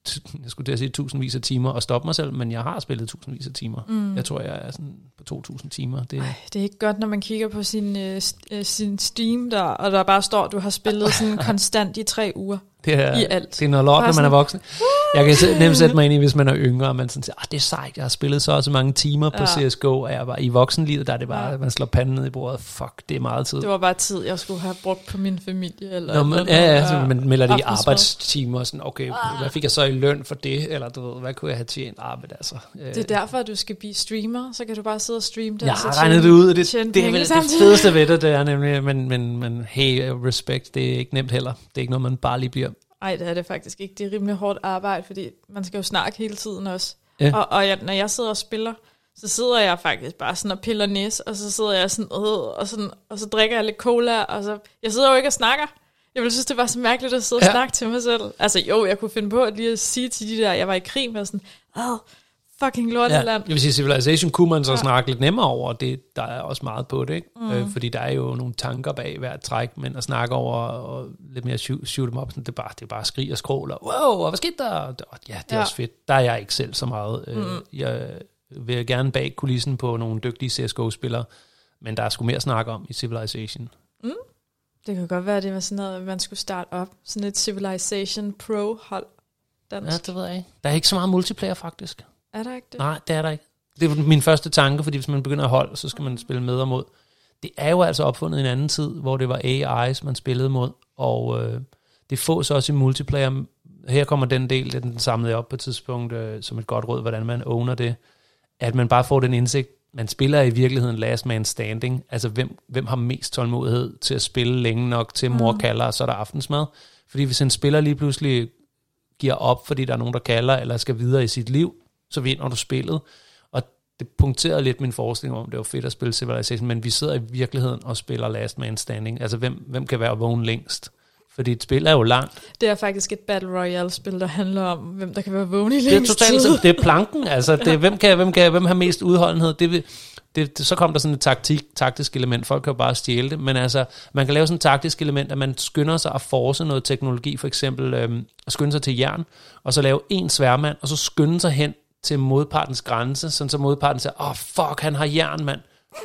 jeg skulle til at sige tusindvis af timer og stoppe mig selv, men jeg har spillet tusindvis af timer. Mm. Jeg tror, jeg er sådan på to tusind timer. Det,
Ej, det er ikke godt, når man kigger på sin, øh, sin Steam, der, og der bare står, at du har spillet sådan konstant i tre uger.
Det er,
I alt.
det er noget lort, når man er voksen. Jeg kan nemt sætte mig ind i, hvis man er yngre, og man sådan siger, ah, det er sejt, jeg har spillet så og så mange timer på ja. C S G O, og jeg var i voksenlivet, der er det bare, ja. man slår panden ned i bordet. Fuck, det er meget tid.
Det var bare tid, jeg skulle have brugt på min familie. Eller
Nå, men, ja, ja, så man melder det i arbejdstimer, sådan, okay, ah. hvad fik jeg så i løn for det, eller du ved, hvad kunne jeg have tjent? Ah, men altså, øh.
det er derfor, at du skal blive streamer, så kan du bare sidde og streame det.
Jeg har regnet det ud, og det, det, det er vel det fedeste ved det, det er nemlig, men, men, men hey, respekt, det er ikke nemt heller. Det er ikke noget, man bare lige bliver.
Nej, det er det faktisk ikke. Det er rimelig hårdt arbejde, fordi man skal jo snakke hele tiden også.
Ja.
Og, og jeg, når jeg sidder og spiller, så sidder jeg faktisk bare sådan og piller næs, og så sidder jeg sådan, øh, og, sådan, og så drikker jeg lidt cola, og så... Jeg sidder jo ikke og snakker. Jeg ville synes, det var så mærkeligt at sidde og ja. snakke til mig selv. Altså jo, jeg kunne finde på at lige at sige til de der, jeg var i krig med sådan, åh, fucking lorteland. Ja,
jeg vil sige, Civilization kunne man så ja. snakke lidt nemmere over, det, der er også meget på det, ikke? Mm. Øh, fordi der er jo nogle tanker bag hvert træk, men at snakke over og lidt mere shoot, shoot dem op, sådan, det, er bare, det er bare skrig og skrål, og wow, og hvad skete der? Og, ja, det er ja. også fedt. Der er jeg ikke selv så meget. Mm. Øh, jeg vil gerne bag kulissen på nogle dygtige C S G O-spillere, men der er sgu mere at snakke om i Civilization.
Mm. Det kan godt være, at det var sådan noget, man skulle starte op. Sådan et Civilization Pro-hold. Dansk.
Ja, det ved jeg ikke. Der er ikke så meget multiplayer, faktisk.
Er der ikke det?
Nej, det er der ikke. Det er min første tanke, fordi hvis man begynder at holde, så skal man spille med og mod. Det er jo altså opfundet i en anden tid, hvor det var A I's, man spillede mod, og øh, det fås også i multiplayer. Her kommer den del, den samlede jeg op på et tidspunkt, øh, som et godt råd, hvordan man owner det, at man bare får den indsigt, man spiller i virkeligheden last man standing, altså hvem, hvem har mest tålmodighed til at spille længe nok til mor kalder, og så er der aftensmad. Fordi hvis en spiller lige pludselig giver op, fordi der er nogen, der kalder, eller skal videre i sit liv, så vinder du spillet. Og det punkterede lidt min forestilling om, det var fedt at spille Civilization, men vi sidder i virkeligheden og spiller last man standing. Altså, hvem, hvem kan være vågen længst? Fordi et spil er jo langt.
Det er faktisk et Battle Royale-spil, der handler om, hvem der kan være vågen i længst tid.
Det er totalt, det er planken, altså. Det er, hvem, kan, hvem, kan, hvem har mest udholdenhed? Det, det, det, så kom der sådan et taktik, taktisk element. Folk kan jo bare stjæle det, men altså, man kan lave sådan et taktisk element, at man skynder sig at force noget teknologi, for eksempel øhm, at skynde sig til jern, og så lave en sværmand, og så skynde sig hen til modpartens grænse, sådan så modparten siger, åh, oh, fuck, han har jern, mand.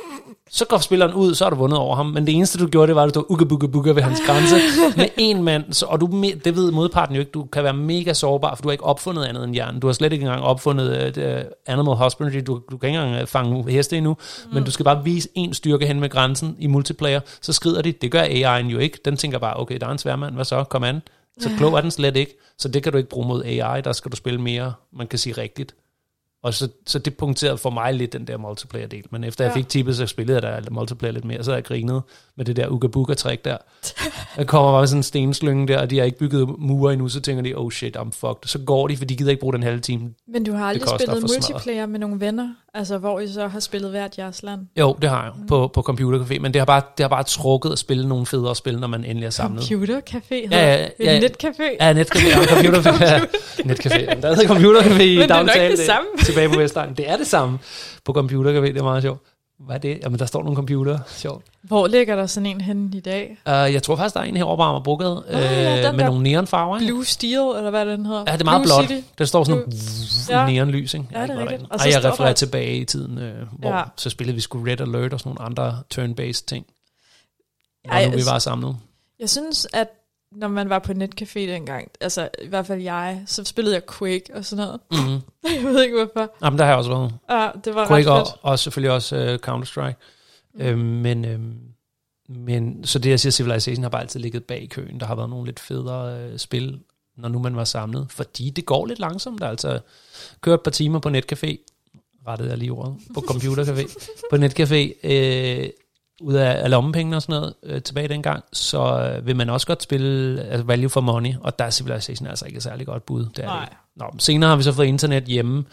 Så går spilleren ud, så har du vundet over ham, men det eneste, du gjorde, det var, at du stod uge, bukke, bukke ved hans grænse med en mand, så, og du, det ved modparten jo ikke, du kan være mega sårbar, for du har ikke opfundet andet end jern. Du har slet ikke engang opfundet uh, animal husbandry, du, du kan ikke engang fange heste endnu, mm. men du skal bare vise en styrke hen med grænsen i multiplayer, så skrider de. Det gør A I'en jo ikke. Den tænker bare, okay, der er en sværmand, hvad så? Kom an. Så klog er den slet ikke, så det kan du ikke bruge mod A I, der skal du spille mere, man kan sige rigtigt. Og så, så det punkterede for mig lidt den der multiplayer-del. Men efter ja. jeg fik tippet, så spillede jeg der multiplayer lidt mere, så jeg grinet med det der uga-buga-træk der. Der kommer bare sådan en stenslynge der, og de har ikke bygget mure endnu, så tænker de, oh shit, I'm fucked. Så går de, for de gider ikke bruge den halve time.
Men du har aldrig spillet multiplayer med nogle venner? Altså, hvor I så har spillet hvert jeres land?
Jo, det har jeg mm. på, på Computercafé, men det har, bare, det har bare trukket at spille nogle federe spil, når man endelig er samlet.
Computercafé?
Ja, ja, ja.
Netcafé?
Ja, netcafé. Ja, Computercafé. Ja, netcafé. Der hedder Computercafé i
men det er nok det samme.
Tilbage på Vestegn. Det er det samme på Computercafé, det er meget sjovt. Hvad er det? Jamen, der står nogle computer. Sjovt.
Hvor ligger der sådan en henne i dag?
Uh, jeg tror faktisk, der er en herovre på Amagerbrogade, oh, ja, uh, med nogle neonfarver.
Blue Steel, eller hvad den hedder?
Ja, det er meget blåt. Der står sådan nogle neonlys, ikke?
Ja, det er rigtigt.
Og Ej, jeg refererer der... tilbage i tiden, uh, hvor ja. så spillede vi sgu Red Alert og sådan nogle andre turn-based ting. Hvor Ej, nu vi var samlet.
Jeg synes, at når man var på netcafé dengang, altså i hvert fald jeg, så spillede jeg Quake og sådan noget. Mm-hmm. Jeg ved ikke hvorfor.
Jamen, der har jeg også været.
Ja, det var
Quake
ret fedt.
Og, og selvfølgelig også uh, Counter-Strike. Mm. Øhm, men, øhm, men så det, jeg siger, Civilization har bare altid ligget bag i køen. Der har været nogle lidt federe øh, spil, når nu man var samlet. Fordi det går lidt langsomt. Der altså kørt et par timer på netcafé. Rettede jeg lige ordet. På Computercafé. På netcafé. Øh, ud af lommepengene og sådan noget, øh, tilbage dengang, så øh, vil man også godt spille altså value for money, og der er Civilization altså ikke et særlig godt bud. Det er det. Nå, senere har vi så fået internet hjemme,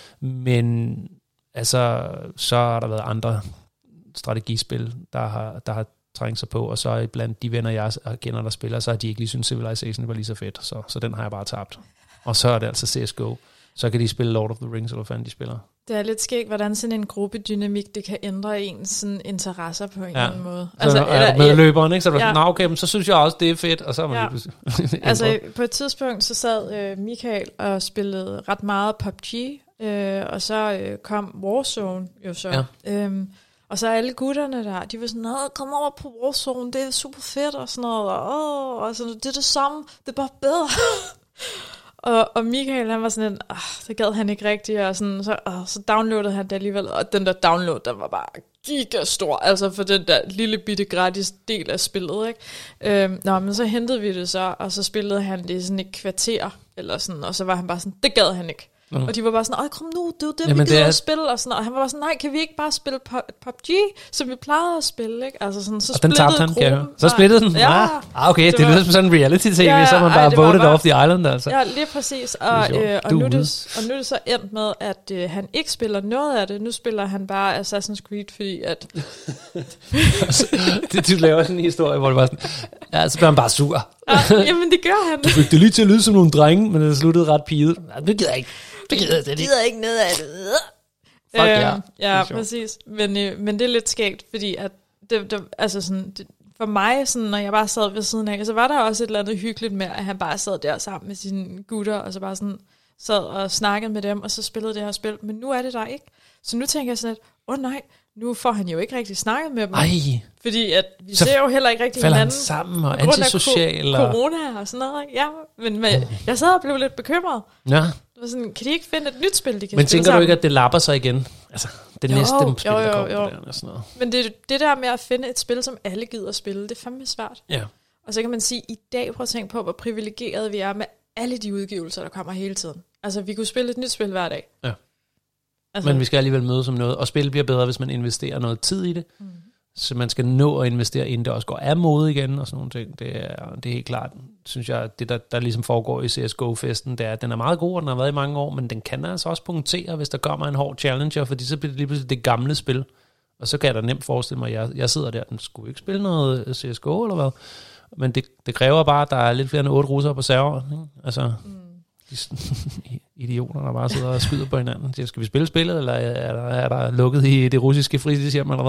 men altså, så har der været andre strategispil, der har, der har trængt sig på, og så blandt de venner, jeg kender, der spiller, så har de ikke lige synes Civilization var lige så fedt, så, så den har jeg bare tabt. Og så er det altså C S G O. Så kan de spille Lord of the Rings, eller hvad fanden de spiller.
Det er lidt skægt, hvordan sådan en gruppedynamik, det kan ændre ens sådan, interesser på en ja. eller anden måde.
Så altså, er du medløberen, ikke? Så er du
ja.
sådan, okay, men så synes jeg også, det er fedt, og så er man
ja.
lige pludselig
altså, på et tidspunkt, så sad øh, Michael og spillede ret meget P U B G, øh, og så øh, kom Warzone jo så. Ja. Øhm, og så alle gutterne der, de var sådan, nå, kom over på Warzone, det er super fedt, og sådan noget, og, åh, og sådan, det er det samme, det er bare bedre. Og, og Michael, han var sådan en, ah, det gad han ikke rigtigt, og sådan, så, ah, så downloadede han det alligevel, og den der download, der var bare gigastor, altså for den der lille bitte gratis del af spillet, ikke? Øhm, nå, men så hentede vi det så, og så spillede han det sådan et kvarter, eller sådan, og så var han bare sådan, det gad han ikke. Mm. Og de var bare sådan, åh, kom nu, det er jo det, Jamen, vi gider er... at spille, og sådan, og han var bare sådan, nej, kan vi ikke bare spille P U B G, som vi plejede at spille, ikke? Altså sådan, så
og den tabte han, kan jeg høre. Så splittede den?
Ja.
Ah, okay, det, det lyder som sådan en reality-tv,
ja,
så man bare ej, voted bare... off the island, altså.
Ja, lige præcis, og, øh, og, nu, det, og nu er det så endt med, at øh, han ikke spiller noget af det, nu spiller han bare Assassin's Creed, fordi at...
det, du laver sådan en historie, hvor det var sådan, ja, så bliver han bare sur.
Ja, jamen, det gør han.
Du fik det lige til at lyde som nogle drenge, men det sluttede ret piget. Ja, det gider jeg ikke. Det gider jeg, det
gider ikke noget af det.
Fuck øh, ja.
Ja, præcis. Men, øh, men det er lidt skægt, fordi at det, det, altså sådan, det, for mig, sådan, når jeg bare sad ved siden af, så var der også et eller andet hyggeligt med, at han bare sad der sammen med sine gutter, og så bare sådan sad og snakkede med dem, og så spillede det her spil. Men nu er det der ikke. Så nu tænker jeg sådan, at åh oh, nej, nu får han jo ikke rigtig snakket med dem.
Ej.
Fordi at vi så ser jo heller ikke rigtig
hinanden.
hinanden.
Sammen og antisocial.
Og corona og sådan noget. Ja, men, men jeg sad og blev lidt bekymret.
Ja.
Det var sådan, kan de ikke finde et nyt spil, de kan
men
spille
tænker
sammen?
du ikke, at det lapper sig igen? Altså, det
jo,
næste spil,
jo, jo,
der kommer
jo.
der og sådan noget.
Men det, det der med at finde et spil, som alle gider at spille, det er fandme svært.
Ja.
Og så kan man sige, i dag prøv at tænke på, hvor privilegerede vi er med alle de udgivelser, der kommer hele tiden. Altså, vi kunne spille et nyt spil hver dag.
Ja.
Altså,
men vi skal alligevel møde som noget, og spil bliver bedre, hvis man investerer noget tid i det. Mm. Så man skal nå at investere, inden det også går af mode igen, og sådan nogle ting. Det er, det er helt klart, synes jeg, det der, der ligesom foregår i C S G O-festen, det er, at den er meget god, og den har været i mange år, men den kan altså også punktere, hvis der kommer en hård challenger, fordi så bliver det lige pludselig det gamle spil. Og så kan jeg da nemt forestille mig, at jeg, jeg sidder der, den skulle ikke spille noget C S G O, eller hvad? Men det, det kræver bare, at der er lidt flere end otte russere på serveren, ikke? Altså... Mm. De idioter, der bare sidder og skyder på hinanden. Skal vi spille spillet, eller er der, er der lukket i det russiske fritidshjem, eller hvad?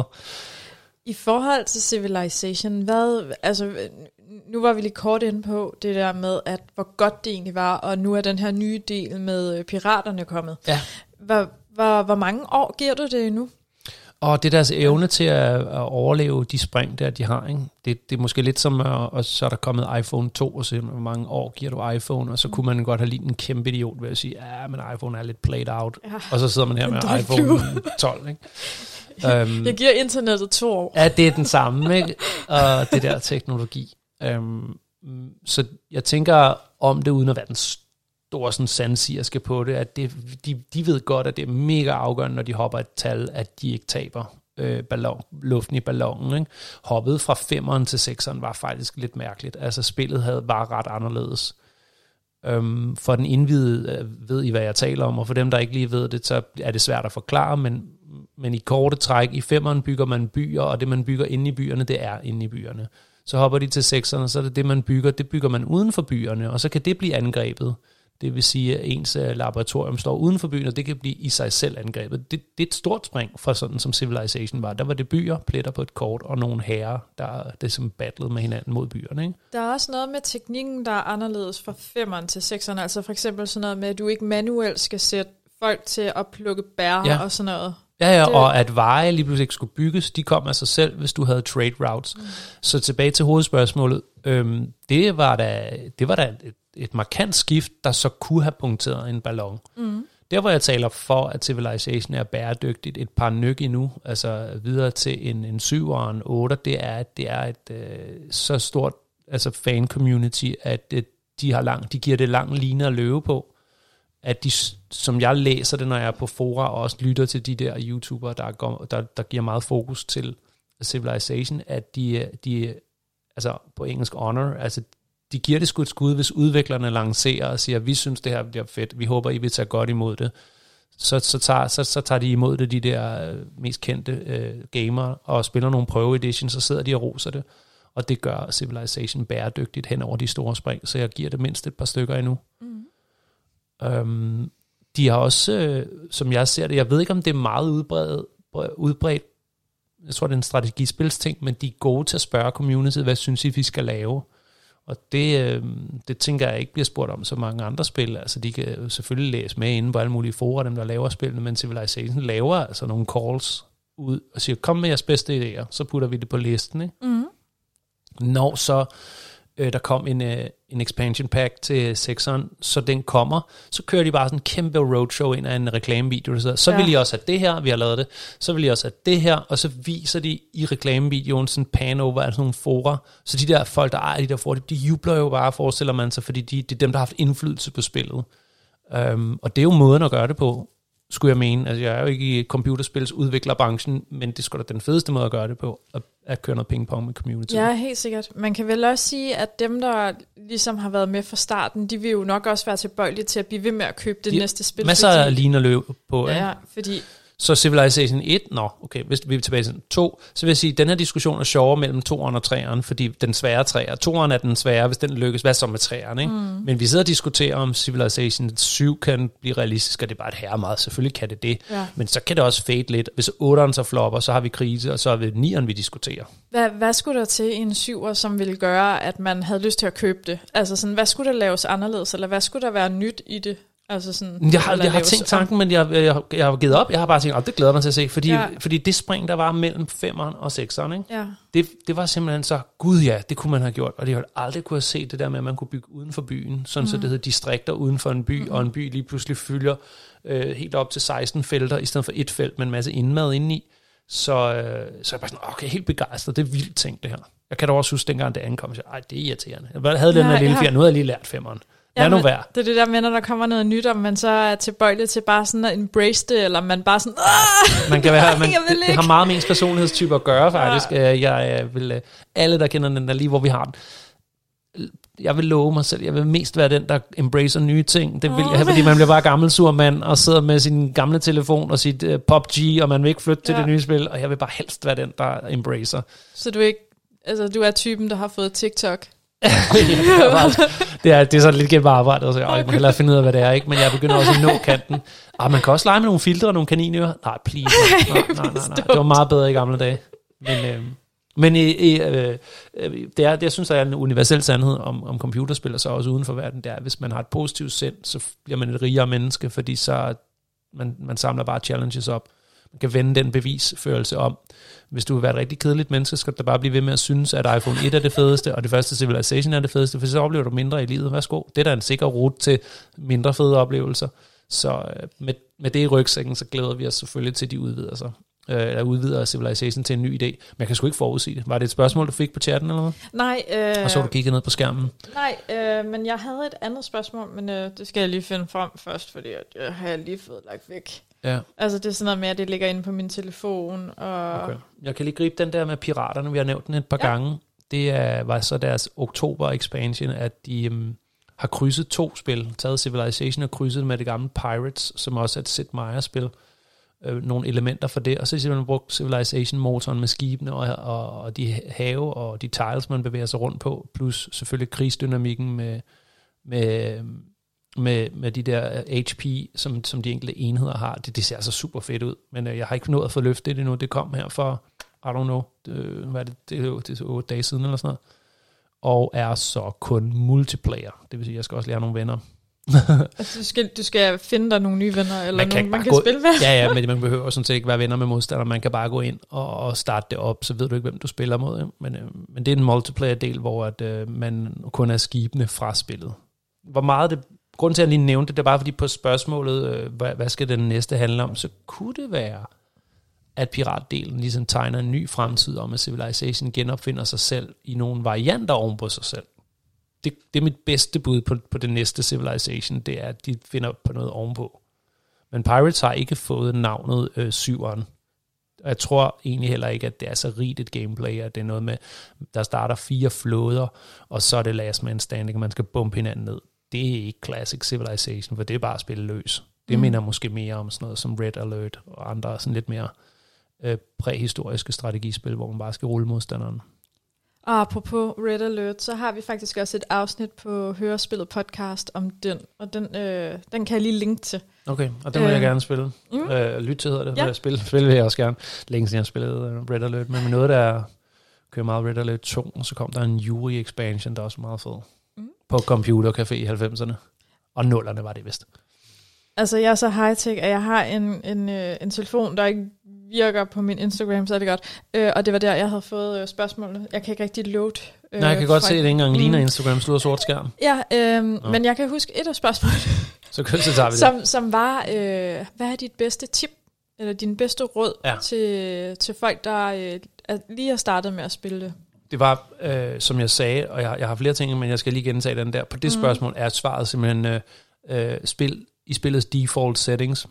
I forhold til Civilization, hvad, altså, nu var vi lige kort inde på det der med, at hvor godt det egentlig var, og nu er den her nye del med piraterne kommet. Ja. Hvor, hvor, hvor mange år giver du det endnu?
Og det er deres evne til at, at overleve de spring der, de har. Ikke? Det, det er måske lidt som, at, og så er der kommet iPhone to, og så hvor mange år giver du iPhone, og så kunne man godt have lige en kæmpe idiot ved at sige, ja, men iPhone er lidt played out. Ja. Og så sidder man her med iPhone tolv. Ikke? um,
Jeg giver internettet to år.
Ja, det er den samme, ikke? Og det der teknologi. Um, så jeg tænker om det, uden at være den store sådan sandsigerske på det, at det, de, de ved godt, at det er mega afgørende, når de hopper et tal, at de ikke taber øh, ballon, luften i ballonen. Ikke? Hoppet fra femeren til sekseren var faktisk lidt mærkeligt. Altså spillet havde bare ret anderledes. Øhm, for den indvidede ved I, hvad jeg taler om, og for dem, der ikke lige ved det, så er det svært at forklare, men, men i korte træk, i femeren bygger man byer, og det man bygger inde i byerne, det er inde i byerne. Så hopper de til sekseren, så er det det, man bygger, det bygger man uden for byerne, og så kan det blive angrebet. Det vil sige, at ens laboratorium står uden for byen, og det kan blive i sig selv angrebet. Det, det er et stort spring fra sådan, som Civilization var. Der var det byer, pletter på et kort, og nogle herrer, der det som battlede med hinanden mod byerne. Ikke?
Der er også noget med teknikken, der er anderledes fra femeren til sekseren. Altså for eksempel sådan noget med, at du ikke manuelt skal sætte folk til at plukke bær ja. og sådan noget.
Ja, ja, det... og at veje lige pludselig ikke skulle bygges, de kom af sig selv, hvis du havde trade routes. Mm. Så tilbage til hovedspørgsmålet. Øhm, det var da, det var da et, et markant skift, der så kunne have punkteret en ballon. Mm. Der, hvor jeg taler for, at Civilization er bæredygtigt, et par nyk endnu, altså videre til en, en syv og en otte, det er, det er et øh, så stort altså fan-community, at det, de, har lang, de giver det lang line at løbe på. At de, som jeg læser det, når jeg er på fora, og også lytter til de der YouTubere, der, går, der, der giver meget fokus til Civilization, at de, de altså på engelsk honor, altså de giver det sgu et skud, hvis udviklerne lancerer og siger, vi synes det her bliver fedt, vi håber I vil tage godt imod det. Så, så, tager, så, så tager de imod det, de der mest kendte øh, gamere, og spiller nogle prøve-editions, så sidder de og roser det. Og det gør Civilization bæredygtigt hen over de store spring, så jeg giver det mindst et par stykker endnu. Mm. Um, de har også, øh, som jeg ser det, jeg ved ikke, om det er meget udbredt, udbredt jeg tror, det er en strategispilsting, men de er gode til at spørge community, hvad synes I, vi skal lave? Og det, øh, det tænker jeg ikke bliver spurgt om så mange andre spil. Altså, de kan jo selvfølgelig læse med inde på alle mulige forer, dem der laver spillene, men Civilization laver altså nogle calls ud og siger, kom med jeres bedste idéer, så putter vi det på listen, ikke? Mm. Når så øh, der kom en, øh, en expansion pack til sekseren, så den kommer, så kører de bare sådan en kæmpe roadshow ind af en reklamevideo, så, så ja. vil I også have det her, vi har lavet det, så vil I også have det her, og så viser de i reklamevideoen sådan pan over af sådan nogle forer, så de der folk, der ejer de der forer, de jubler jo bare, forestiller man sig, fordi de, det er dem, der har haft indflydelse på spillet. Um, og det er jo måden at gøre det på, skulle jeg mene. Altså, jeg er jo ikke i computerspils udviklerbranchen, men det er sgu da den fedeste måde at gøre det på, at, at køre noget pingpong med community.
Ja, helt sikkert. Man kan vel også sige, at dem, der ligesom har været med fra starten, de vil jo nok også være tilbøjelige til at blive ved med at købe det de næste spil.
Masser af ligner løb på,
ja,
ikke?
fordi...
Så Civilization et, nå, okay, hvis vi er tilbage til to, så vil jeg sige, at den her diskussion er sjovere mellem toeren og treeren, fordi den svære træer, toeren er den svære, hvis den lykkes, hvad så med treeren, ikke? Mm. Men vi sidder og diskuterer, om Civilization syv kan blive realistisk, og det er bare et herre meget, selvfølgelig kan det det, ja. Men så kan det også fade lidt. Hvis otteren så flopper, så har vi krise, og så er det nieren, vi diskuterer. Hvad,
hvad skulle der til i en syver, som ville gøre, at man havde lyst til at købe det? Altså sådan, hvad skulle der laves anderledes, eller hvad skulle der være nyt i det? Altså sådan,
jeg har, jeg har tænkt tanken, men jeg, jeg, jeg har givet op. Jeg har bare tænkt, at det glæder mig til at se, fordi, ja. fordi det spring, der var mellem femeren og sekseren, ikke? Ja. Det, det var simpelthen så, gud ja, det kunne man have gjort, og det havde aldrig kunne have set det der med, at man kunne bygge uden for byen, sådan mm. så det hedder distrikter uden for en by, mm. og en by lige pludselig fylder øh, helt op til seksten felter, i stedet for et felt med en masse indmad indeni. Så, øh, så jeg bare sådan, okay, helt begejstret, det er vildt tænkt det her. Jeg kan da også huske, dengang det ankom, så ej, det er irriterende. Jeg havde ja, den her lille fjern, nu har jeg lige lært femeren. Ja, men, det er det der med, når der kommer noget nyt, om man så er tilbøjelig til bare sådan at embrace det, eller man bare sådan, Åh! Man kan være, man, det, det har meget med ens personlighedstyper at gøre, faktisk. Ja. Jeg, jeg vil, alle, der kender den der lige, hvor vi har den, jeg vil love mig selv, jeg vil mest være den, der embracer nye ting. Det vil jeg have, fordi man bliver bare gammel sur mand, og sidder med sin gamle telefon og sit uh, P U B G, og man vil ikke flytte ja. til det nye spil, og jeg vil bare helst være den, der embracer. Så du er ikke, altså du er typen, der har fået TikTok? ja, det, er, det er sådan lidt gennem arbejdet, så jeg okay. må hellere finde ud af, hvad det er, ikke? Men jeg begynder også at nå kanten. Ah, man kan også lege med nogle filtre og nogle kaninører. Nej, please. Nej, nej, nej, nej. Det var meget bedre i gamle dage. Men, øh, men øh, øh, det, er, det, jeg synes, der er en universel sandhed om, om computerspil, og så også uden for verden, det er, at hvis man har et positivt sind, så bliver man et rigere menneske, fordi så man, man samler bare challenges op. Man kan vende den bevisførelse om. Hvis du vil være et rigtig kedeligt menneske, skal du bare blive ved med at synes, at iPhone et er det fedeste, og det første Civilization er det fedeste, for så oplever du mindre i livet. Værsgo. Det er da en sikker rute til mindre fede oplevelser. Så med, med det i rygsækken, så glæder vi os selvfølgelig til, de udvider sig. Eller udvider Civilization til en ny idé. Men jeg kan sgu ikke forudsige det. Var det et spørgsmål, du fik på chatten eller noget? Nej. Øh, og så du kigget ned på skærmen? Nej, øh, men jeg havde et andet spørgsmål, men øh, det skal jeg lige finde frem først, fordi jeg har jeg lige fået lagt væk. Ja. Altså det er sådan noget med, at det ligger inde på min telefon. Og okay. Jeg kan lige gribe den der med piraterne, vi har nævnt den et par ja. gange. Det er, var så deres oktober expansion, at de um, har krydset to spil. Taget Civilization og krydset med det gamle Pirates, som også er et Sid Meier-spil. Øh, nogle elementer for det. Og så har man brugt Civilization-motoren med skibene og, og, og de have og de tiles, man bevæger sig rundt på. Plus selvfølgelig krigsdynamikken med... med Med, med de der H P, som, som de enkelte enheder har. Det, det ser altså super fedt ud, men øh, jeg har ikke nået at få løftet det endnu. Det kom her for, I don't know, det, hvad er det, det, er, det er otte dage siden eller sådan noget. Og er så kun multiplayer. Det vil sige, jeg skal også lære nogle venner. altså, du, skal, du skal finde dig nogle nye venner, eller man kan nogen, man kan gå, spille med? ja, ja, men man behøver sådan set ikke være venner med modstandere. Man kan bare gå ind og, og starte det op, så ved du ikke, hvem du spiller mod. Ja? Men, øh, men det er en multiplayer-del, hvor at, øh, man kun er skibene fra spillet. Hvor meget det grunden til, at jeg lige nævnte det, det er bare fordi på spørgsmålet, øh, hvad, hvad skal den næste handle om, så kunne det være, at piratdelen ligesom tegner en ny fremtid om, at Civilization genopfinder sig selv i nogle varianter oven på sig selv. Det, det er mit bedste bud på, på det næste Civilization, det er, at de finder på noget ovenpå. Men Pirates har ikke fået navnet øh, syveren. Og jeg tror egentlig heller ikke, at det er så rigt et gameplay, at det er noget med, der starter fire flåder, og så er det last man standing, og man skal bumpe hinanden ned. Det er ikke classic Civilization, for det er bare at spille løs. Det mm. minder måske mere om sådan noget som Red Alert og andre sådan lidt mere øh, præhistoriske strategispil, hvor man bare skal rulle modstanderen.
Og apropos Red Alert, så har vi faktisk også et afsnit på Hørespillet podcast om den, og den, øh, den kan jeg lige linke til.
Okay, og den vil øh, jeg gerne spille. Mm. Øh, lyt til hedder det, ja. Spil, spil vil jeg også gerne. Længe siden jeg spillede Red Alert, men med noget, der kører meget Red Alert to, og så kom der en Yuri expansion, der er også meget fed. Mm. På Computer Café i halvfemserne. Og nullerne var det vist.
Altså, jeg er så high-tech, at jeg har en, en, øh, en telefon, der ikke virker på min Instagram, så er det godt. Øh, og det var der, jeg havde fået øh, spørgsmålet. Jeg kan ikke rigtig load. Øh,
Nej, jeg kan godt se, at det ikke engang ligner Instagram, slået sort skærm.
Ja, øh, men jeg kan huske et af spørgsmålene.
Så, så tager vi det.
Som, som var, øh, hvad er dit bedste tip, eller din bedste råd ja. til, til folk, der øh, lige har startet med at spille det?
Det var, øh, som jeg sagde, og jeg, jeg har flere ting, men jeg skal lige gentage den der. På det mm. spørgsmål er svaret simpelthen øh, øh, spil i spillets default settings.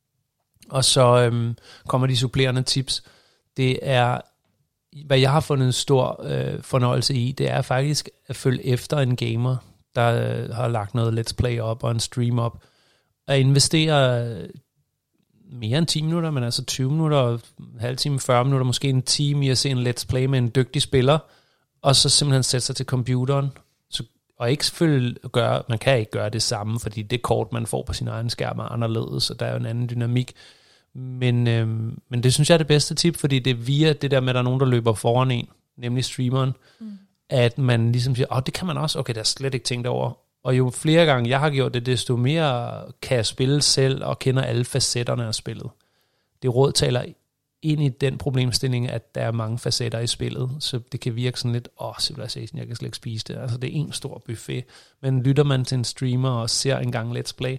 Og så øhm, kommer de supplerende tips. Det er, hvad jeg har fundet en stor øh, fornøjelse i, det er faktisk at følge efter en gamer, der øh, har lagt noget let's play op og en stream op. At investere øh, mere end ti minutter, men altså tyve minutter, en halv time, fyrre minutter, måske en time i at se en let's play med en dygtig spiller, og så simpelthen sætte sig til computeren. Så og ikke selvfølgelig gøre, man kan ikke gøre det samme, fordi det kort, man får på sin egen skærm er anderledes, og der er jo en anden dynamik. Men, øhm, men det synes jeg er det bedste tip, fordi det er via det der med, at der er nogen, der løber foran en, nemlig streameren, mm. at man ligesom siger, åh, oh, det kan man også, okay, der er slet ikke tænkt over. Og jo flere gange jeg har gjort det, desto mere kan jeg spille selv, og kender alle facetterne af spillet. Det råd taler ind i den problemstilling, at der er mange facetter i spillet, så det kan virke sådan lidt, åh, oh, Civilization, jeg kan slet ikke spise det. Altså, det er en stor buffet. Men lytter man til en streamer og ser en gang Let's Play,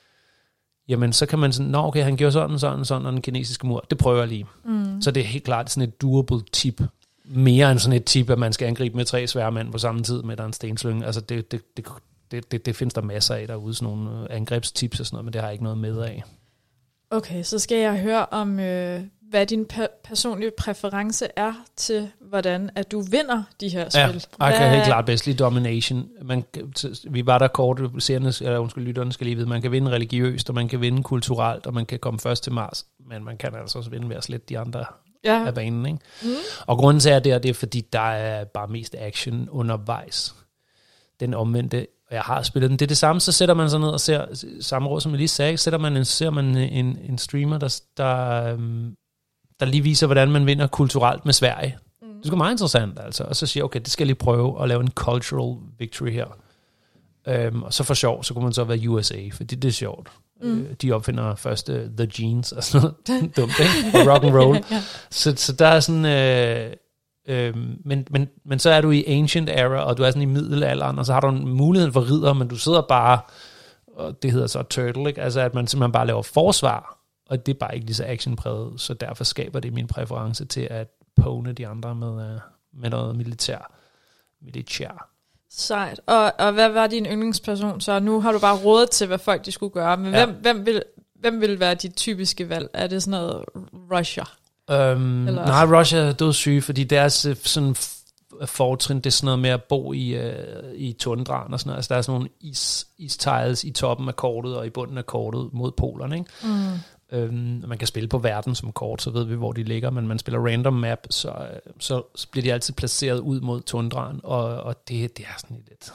jamen, så kan man sådan, nå, okay, han gjorde sådan, sådan, sådan, og den kinesiske mur, det prøver jeg lige. Mm. Så det er helt klart sådan et doable tip. Mere end sådan et tip, at man skal angribe med tre sværmænd på samme tid med der en stenslynge. Altså, det, det, det, det, det, det findes der masser af derude, sådan nogle angrebstips og sådan noget, men det har jeg ikke noget med af. Okay,
så skal jeg høre om, øh, hvad din pe- personlige præference er til, hvordan at du vinder de her spil.
Ja, jeg kan helt klart bedst lide domination. Man, vi var der kort, seerne, eller undskyld, lytterne skal lige vide, man kan vinde religiøst, og man kan vinde kulturelt, og man kan komme først til Mars, men man kan altså også vinde ved at slette de andre ja. af banen. Ikke? Mm. Og grunden til, at det er, det er, fordi der er bare mest action undervejs. Den omvendte, og jeg har spillet den. Det er det samme, så sætter man sig ned og ser, samme råd som jeg lige sagde, sætter man en, ser man en, en streamer, der, der, der lige viser, hvordan man vinder kulturelt med Sverige. Mm. Det er meget interessant, altså. Og så siger jeg, okay, det skal jeg lige prøve at lave en cultural victory her. Um, og så for sjov, så kunne man så være U S A, for det, det er sjovt. Mm. Uh, de opfinder først uh, The Jeans og sådan noget. Dumt, ikke? Og rock and roll. ja. så, så der er sådan... Uh, Øhm, men, men, men så er du i ancient era, og du er sådan i middelalderen, og så har du en mulighed for ridder, men du sidder bare, og det hedder så turtle, ikke? Altså at man simpelthen bare laver forsvar, og det er bare ikke lige så actionpræget, så derfor skaber det min præference til at pone de andre med, med noget militær. militær.
Sejt. Og, og hvad var din yndlingsperson? Så nu har du bare rådet til, hvad folk de skulle gøre, men ja. hvem, hvem, vil, hvem vil være dit typiske valg? Er det sådan noget Russia?
Um, nej, Russia er dødssyge, fordi deres sådan fortrin, det er sådan noget med at bo i, uh, i tundraen og sådan noget. Altså der er sådan nogle is, istiles i toppen af kortet og i bunden af kortet mod polerne, ikke? Mm. Um, man kan spille på verden som kort, så ved vi, hvor de ligger, men man spiller random map, så, så, så bliver de altid placeret ud mod tundraen, og, og det, det er sådan lidt...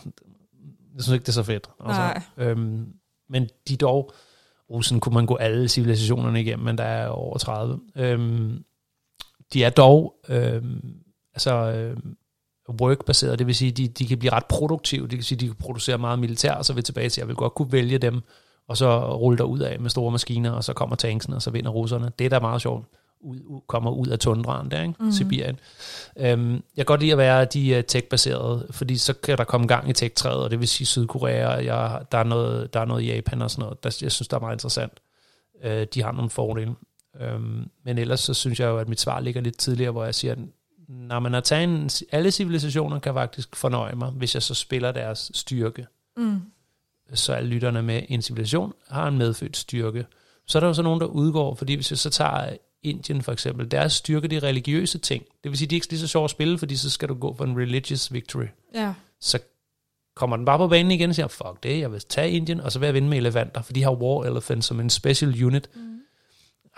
Jeg synes ikke, det er så fedt. Altså, um, men de dog... Sådan kunne man gå alle civilisationerne igennem, men der er over tredive. Øhm, de er dog øhm, altså øhm, work-baseret, det vil sige, de, de kan blive ret produktive, det kan sige, de kan producere meget militær, og så vil tilbage til, at jeg vil godt kunne vælge dem, og så rulle der ud af med store maskiner, og så kommer tanksen, og så vinder russerne. Det er da meget sjovt. Ud, kommer ud af tundraen der, ikke? Mm-hmm. Sibirien. Øhm, jeg kan godt lide at være de uh, tech-baserede, fordi så kan der komme gang i tech-træet, og det vil sige Sydkorea, jeg, der, er noget, der er noget Japan og sådan noget, der, jeg synes, der er meget interessant. Øh, de har nogle fordele. Øhm, men ellers så synes jeg jo, at mit svar ligger lidt tidligere, hvor jeg siger, at når man har taget en, alle civilisationer kan faktisk fornøje mig, hvis jeg så spiller deres styrke. Mm. Så er lytterne med en civilisation har en medfødt styrke. Så er der jo så nogen, der udgår, fordi hvis jeg så tager Indien for eksempel, deres styrke de religiøse ting. Det vil sige, de er ikke lige så sjovt at spille, fordi så skal du gå for en religious victory. Ja. Så kommer den bare på banen igen og siger, fuck det, jeg vil tage Indien, og så vil jeg vinde med elefanter, for de har war elephants som en special unit. Mm.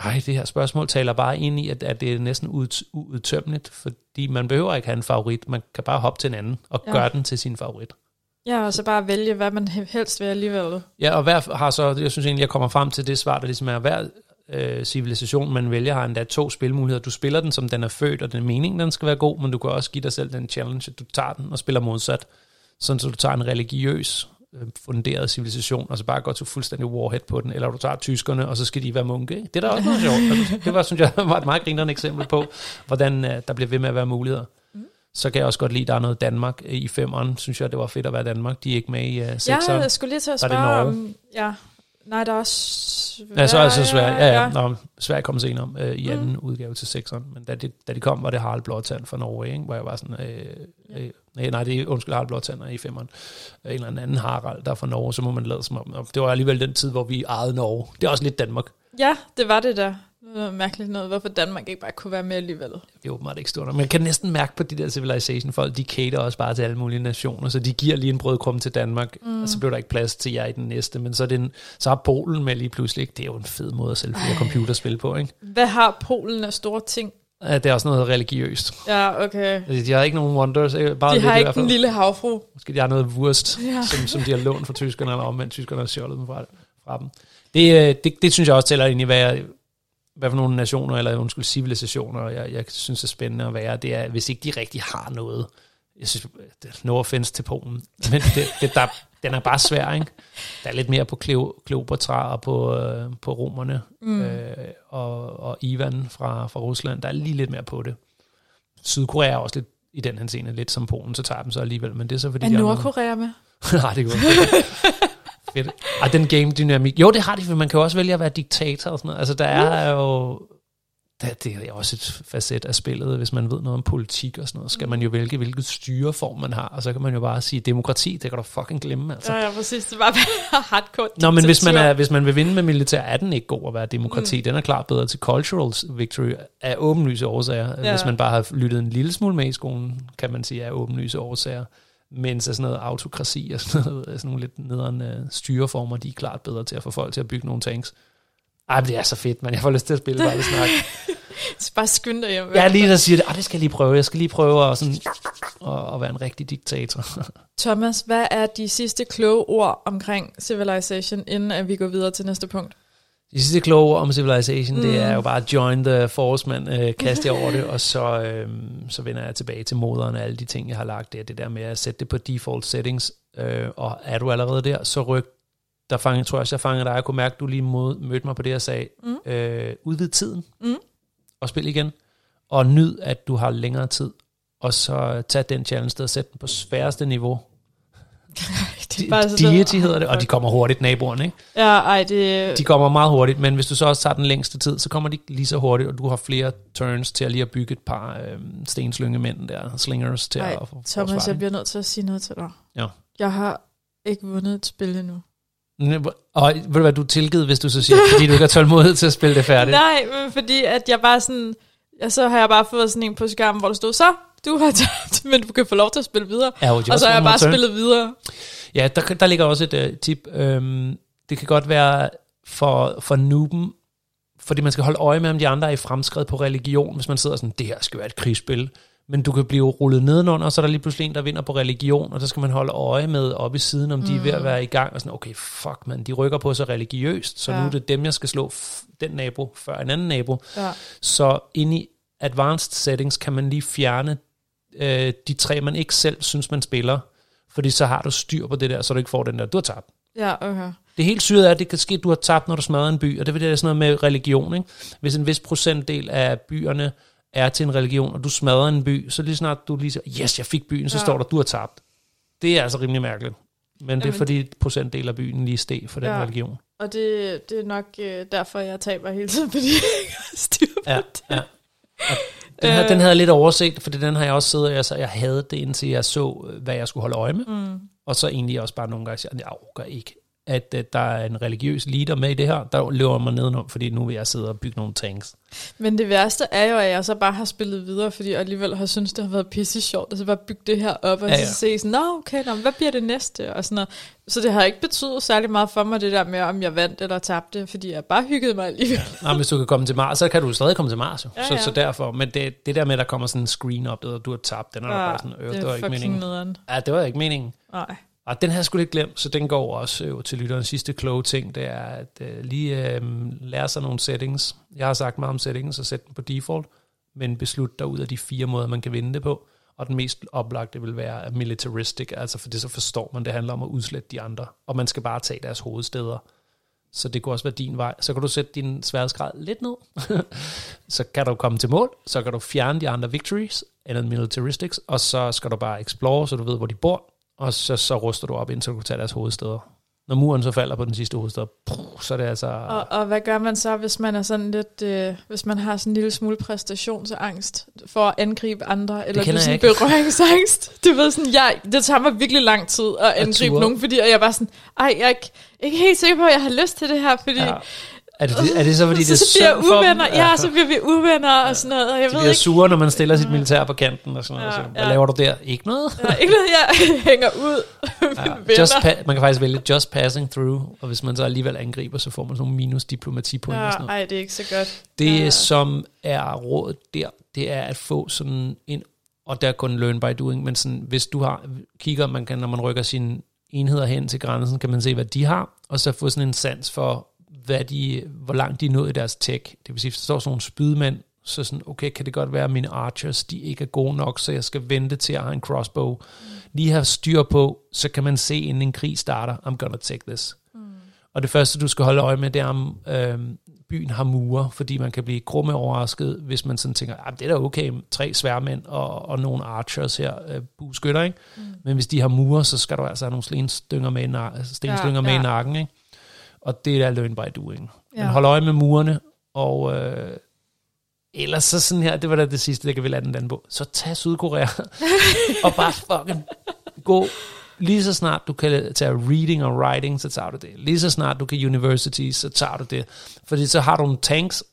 Ej, det her spørgsmål taler bare ind i, at, at det er næsten ud, uudtømmeligt, fordi man behøver ikke have en favorit. Man kan bare hoppe til en anden og ja. gøre den til sin favorit.
Ja, og så bare vælge, hvad man helst vil alligevel.
Ja, og hver har så, jeg synes egentlig, jeg kommer frem til det svar, der ligesom er, hver øh, civilisation, man vælger, har endda to spilmuligheder. Du spiller den, som den er født, og den er meningen, den skal være god, men du kan også give dig selv den challenge, at du tager den og spiller modsat, sådan så du tager en religiøs funderet civilisation, og så bare går til fuldstændig warhead på den, eller du tager tyskerne, og så skal de være munke. Ikke? Det er da også noget sjovt. Det var, synes jeg, var et meget grinerende eksempel på, hvordan uh, der bliver ved med at være muligheder. Mm. Så kan jeg også godt lide, at der er noget Danmark i femeren. Synes jeg, det var fedt at være Danmark. De er ikke med i uh, sekseren.
Ja, jeg skulle lige til at spørge om... Ja. Nej, der er også Sverige.
Ja, så er altså Sverige. Ja, ja. ja. Nå, Sverige kom senere uh, i anden mm. udgave til sekseren. Men da de, da de kom, var det Harald Blåtand fra Norge, ikke? Hvor jeg var sådan... Øh, øh, Nej, nej, det er undskyld, Harald Blåtand i femmeren. En eller anden Harald, der er fra Norge, så må man lade som om. Det var alligevel den tid, hvor vi ejede Norge. Det er også lidt Danmark.
Ja, det var det der. Det var mærkeligt noget, hvorfor Danmark ikke bare kunne være med alligevel. Det
er åbenbart ikke stort. Man kan næsten mærke på de der Civilization-folk, de cater også bare til alle mulige nationer, så de giver lige en brødkrumme til Danmark, mm. og så bliver der ikke plads til jer i den næste. Men så er, det en, så har Polen med lige pludselig. Det er jo en fed måde at sælge flere computerspil på, ikke?
Hvad har Polen af store ting?
Det er også noget religiøst.
Ja, okay.
De har ikke nogen wonders. Bare
de har ikke den lille havfru.
Måske de har noget wurst, ja. som, som de har lånt fra tyskerne, eller omvendt tyskerne har stjålet dem fra, fra dem. Det, det, det synes jeg også tæller ind i, hvad, jeg, hvad for nogle nationer, eller undskyld, civilisationer, jeg, jeg synes er spændende at være. Det er, hvis ikke de rigtig har noget. Jeg synes, no offense til Polen. Men det, det, der, den er bare svær, ikke? Der er lidt mere på Kleopatra og på, øh, på romerne, mm. øh, og, og Ivan fra, fra Rusland. Der er lige lidt mere på det. Sydkorea er også lidt i den her scene, lidt som Polen, så tager dem så alligevel. Men det er så fordi...
Er Nordkorea med?
Nej, det går fedt. Ej, den game-dynamik. Jo, det har de, for man kan jo også vælge at være diktator og sådan noget. Altså, der er jo... Det er også et facet af spillet, hvis man ved noget om politik og sådan noget, skal man jo vælge, hvilket styreform man har, og så kan man jo bare sige, demokrati, det kan du fucking glemme. Altså.
Ja, ja, præcis, det var hardcore.
Nå, men hvis man, er, hvis man vil vinde med militær, er den ikke god at være demokrati. Mm. Den er klart bedre til cultural victory af åbenlyse årsager. Ja. Hvis man bare har lyttet en lille smule med i skolen, kan man sige, af åbenlyse årsager. Mens sådan noget autokrasi og sådan, noget, sådan nogle lidt nederen styreformer, de er klart bedre til at få folk til at bygge nogle tanks. Ej, det er så fedt, man. Jeg får lyst til at spille bare lidt snak.
Så bare skynd dig hjem.
Jeg lige der siger det, det skal jeg lige prøve. Jeg skal lige prøve at, sådan, at, at være en rigtig diktator.
Thomas, hvad er de sidste kloge ord omkring Civilization, inden at vi går videre til næste punkt?
De sidste kloge ord om Civilization, mm. det er jo bare join the force, man. Øh, kaste jer over det, og så, øh, så vender jeg tilbage til moderen og alle de ting, jeg har lagt der. Det der med at sætte det på default settings. Øh, og er du allerede der, så ryk. Der fangede, tror jeg også, jeg fangede dig. Jeg kunne mærke, at du lige mod, mødte mig på det, og sagde, mm. øh, udvid tiden, mm. og spil igen. Og nyd, at du har længere tid. Og så tag den challenge og sæt den på sværeste niveau. det er De, deity hedder det, og de kommer hurtigt, naboerne, ikke?
Ja, ej, det...
De kommer meget hurtigt, men hvis du så også tager den længste tid, så kommer de lige så hurtigt, og du har flere turns til at lige at bygge et par øh, stenslyngemænd der, slingers til
ej,
at få
Thomas, jeg bliver nødt til at sige noget til dig.
Ja.
Jeg har ikke vundet et spil endnu.
Og ved du hvad, du er tilgivet, hvis du så siger, fordi du ikke har tålmodighed til at spille det færdigt?
Nej, men fordi at jeg bare sådan, ja, så har jeg bare fået sådan en på skærmen, hvor der stod, så, du har taget, men du kan få lov til at spille videre. Ja, og så har jeg bare spillet videre.
Ja, der, der ligger også et uh, tip. Um, det kan godt være for, for nooben, fordi man skal holde øje med, om de andre er i fremskred på religion, hvis man sidder sådan, det her skal være et krigsspil. Men du kan blive rullet nedenunder, og så er der lige pludselig en, der vinder på religion, og så skal man holde øje med oppe i siden, om de mm. er ved at være i gang, og sådan, okay, fuck man, de rykker på sig religiøst, så ja. Nu er det dem, jeg skal slå f- den nabo før en anden nabo. Ja. Så inde i advanced settings kan man lige fjerne øh, de tre, man ikke selv synes, man spiller, fordi så har du styr på det der, så du ikke får den der, du har tabt.
Ja, okay.
Det helt syret er, at det kan ske, at du har tabt, når du smadrer en by, og det er sådan noget med religion, ikke? Hvis en vis procentdel af byerne er til en religion, og du smadrer en by, så lige snart du lige siger, yes, jeg fik byen, så ja. Står der, du har tabt. Det er altså rimelig mærkeligt. Men Jamen, det er fordi procentdel af byen lige steg for den ja. Religion.
Og det, det er nok øh, derfor, jeg taber hele tiden, fordi jeg ikke har styr på
ja,
det.
Ja. Den, her, øh. den havde jeg lidt overset, for den har jeg også siddet, og jeg, jeg havde det, indtil jeg så, hvad jeg skulle holde øje med. Mm. Og så egentlig også bare nogle gange, jeg orker ikke at, at der er en religiøs leader med i det her, der løber mig nedenom, fordi nu vil jeg sidde og bygge nogle tanks.
Men det værste er jo, at jeg så bare har spillet videre, fordi jeg alligevel har syntes, det har været pisse sjovt, og så bare bygge det her op, og ja, ja. så se sådan, nå okay, nå, hvad bliver det næste? Og sådan noget. Så det har ikke betydet særlig meget for mig, det der med, om jeg vandt eller tabte, fordi jeg bare hyggede mig alligevel.
Ja, hvis du kan komme til Mars, så kan du stadig komme til Mars, jo.
Ja,
så,
ja.
så derfor, men det, det der med, der kommer sådan en screen op, og du har tabt, den er ja, bare sådan, øh, det, det var ikke meningen. Nederen. Ja, det var ikke meningen.
Nej.
Og den har jeg sgu lidt glemt, så den går også jo til lytterens sidste kloge ting, det er at øh, lige øh, lære sig nogle settings. Jeg har sagt meget om settings, og sætte den på default, men beslut dig ud af de fire måder, man kan vinde det på. Og den mest oplagte vil være militaristic, altså for det så forstår man, det handler om at udslette de andre, og man skal bare tage deres hovedsteder. Så det kunne også være din vej. Så kan du sætte din sværhedsgrad lidt ned, så kan du komme til mål, så kan du fjerne de andre victories, eller militaristics, og så skal du bare explore, så du ved, hvor de bor, og så, så ruster du op, indtil du kan tage deres hovedsteder. Når muren så falder på den sidste hovedstad, så er det altså...
Og, og hvad gør man så, hvis man er sådan lidt, øh, hvis man har sådan en lille smule præstationsangst for at angribe andre, eller det er sådan berøringsangst? Du ved sådan, jeg, det tager mig virkelig lang tid at angribe nogen, fordi jeg er bare sådan, ej, jeg er ikke, ikke helt sikker på, at jeg har lyst til det her, fordi... Ja.
Er det, er det så, fordi
så,
det er
så bliver
synd
uvenner, ja. ja, så bliver vi uvenner ja. og sådan noget. Og jeg
så
ved
bliver
ikke.
sure, når man stiller sit militær på kanten og sådan noget. Ja, så, hvad ja. laver du der? Ikke noget?
Ja, ikke noget, jeg hænger ud.
Ja, just pa- man kan faktisk vælge just passing through, og hvis man så alligevel angriber, så får man sådan nogle minus diplomatipoint
ja,
og sådan noget.
Ej, det er ikke så godt.
Det,
ja.
som er rådet der, det er at få sådan en, og der er kun learn by doing, men sådan, hvis du har, kigger, man kan, når man rykker sine enheder hen til grænsen, kan man se, hvad de har, og så få sådan en sans for, hvad de, hvor langt de er nået i deres tech. Det vil sige, hvis der står sådan nogle spydmænd, så sådan, okay, kan det godt være, at mine archers, de ikke er gode nok, så jeg skal vente til at have en crossbow. Mm. Lige have styr på, så kan man se, inden en krig starter, I'm gonna take this. Mm. Og det første, du skal holde øje med, det er, om øh, byen har mure, fordi man kan blive grumme overrasket, hvis man sådan tænker, det er da okay, tre sværmænd og, og nogle archers her, øh, bueskytter, ikke? Mm. Men hvis de har mure, så skal du altså have nogle stenstynger med i, na- stenstynger ja, med ja. i nakken, ikke? Og det er learn by doing. Ja. Men hold øje med murene, og øh, ellers så sådan her, det var da det sidste, jeg kan vi lade den anden på. Så tag Sydkorea, og bare fucking gå. Lige så snart du kan tage reading og writing, så tager du det. Lige så snart du kan university, så tager du det. Fordi så har du nogle tanks.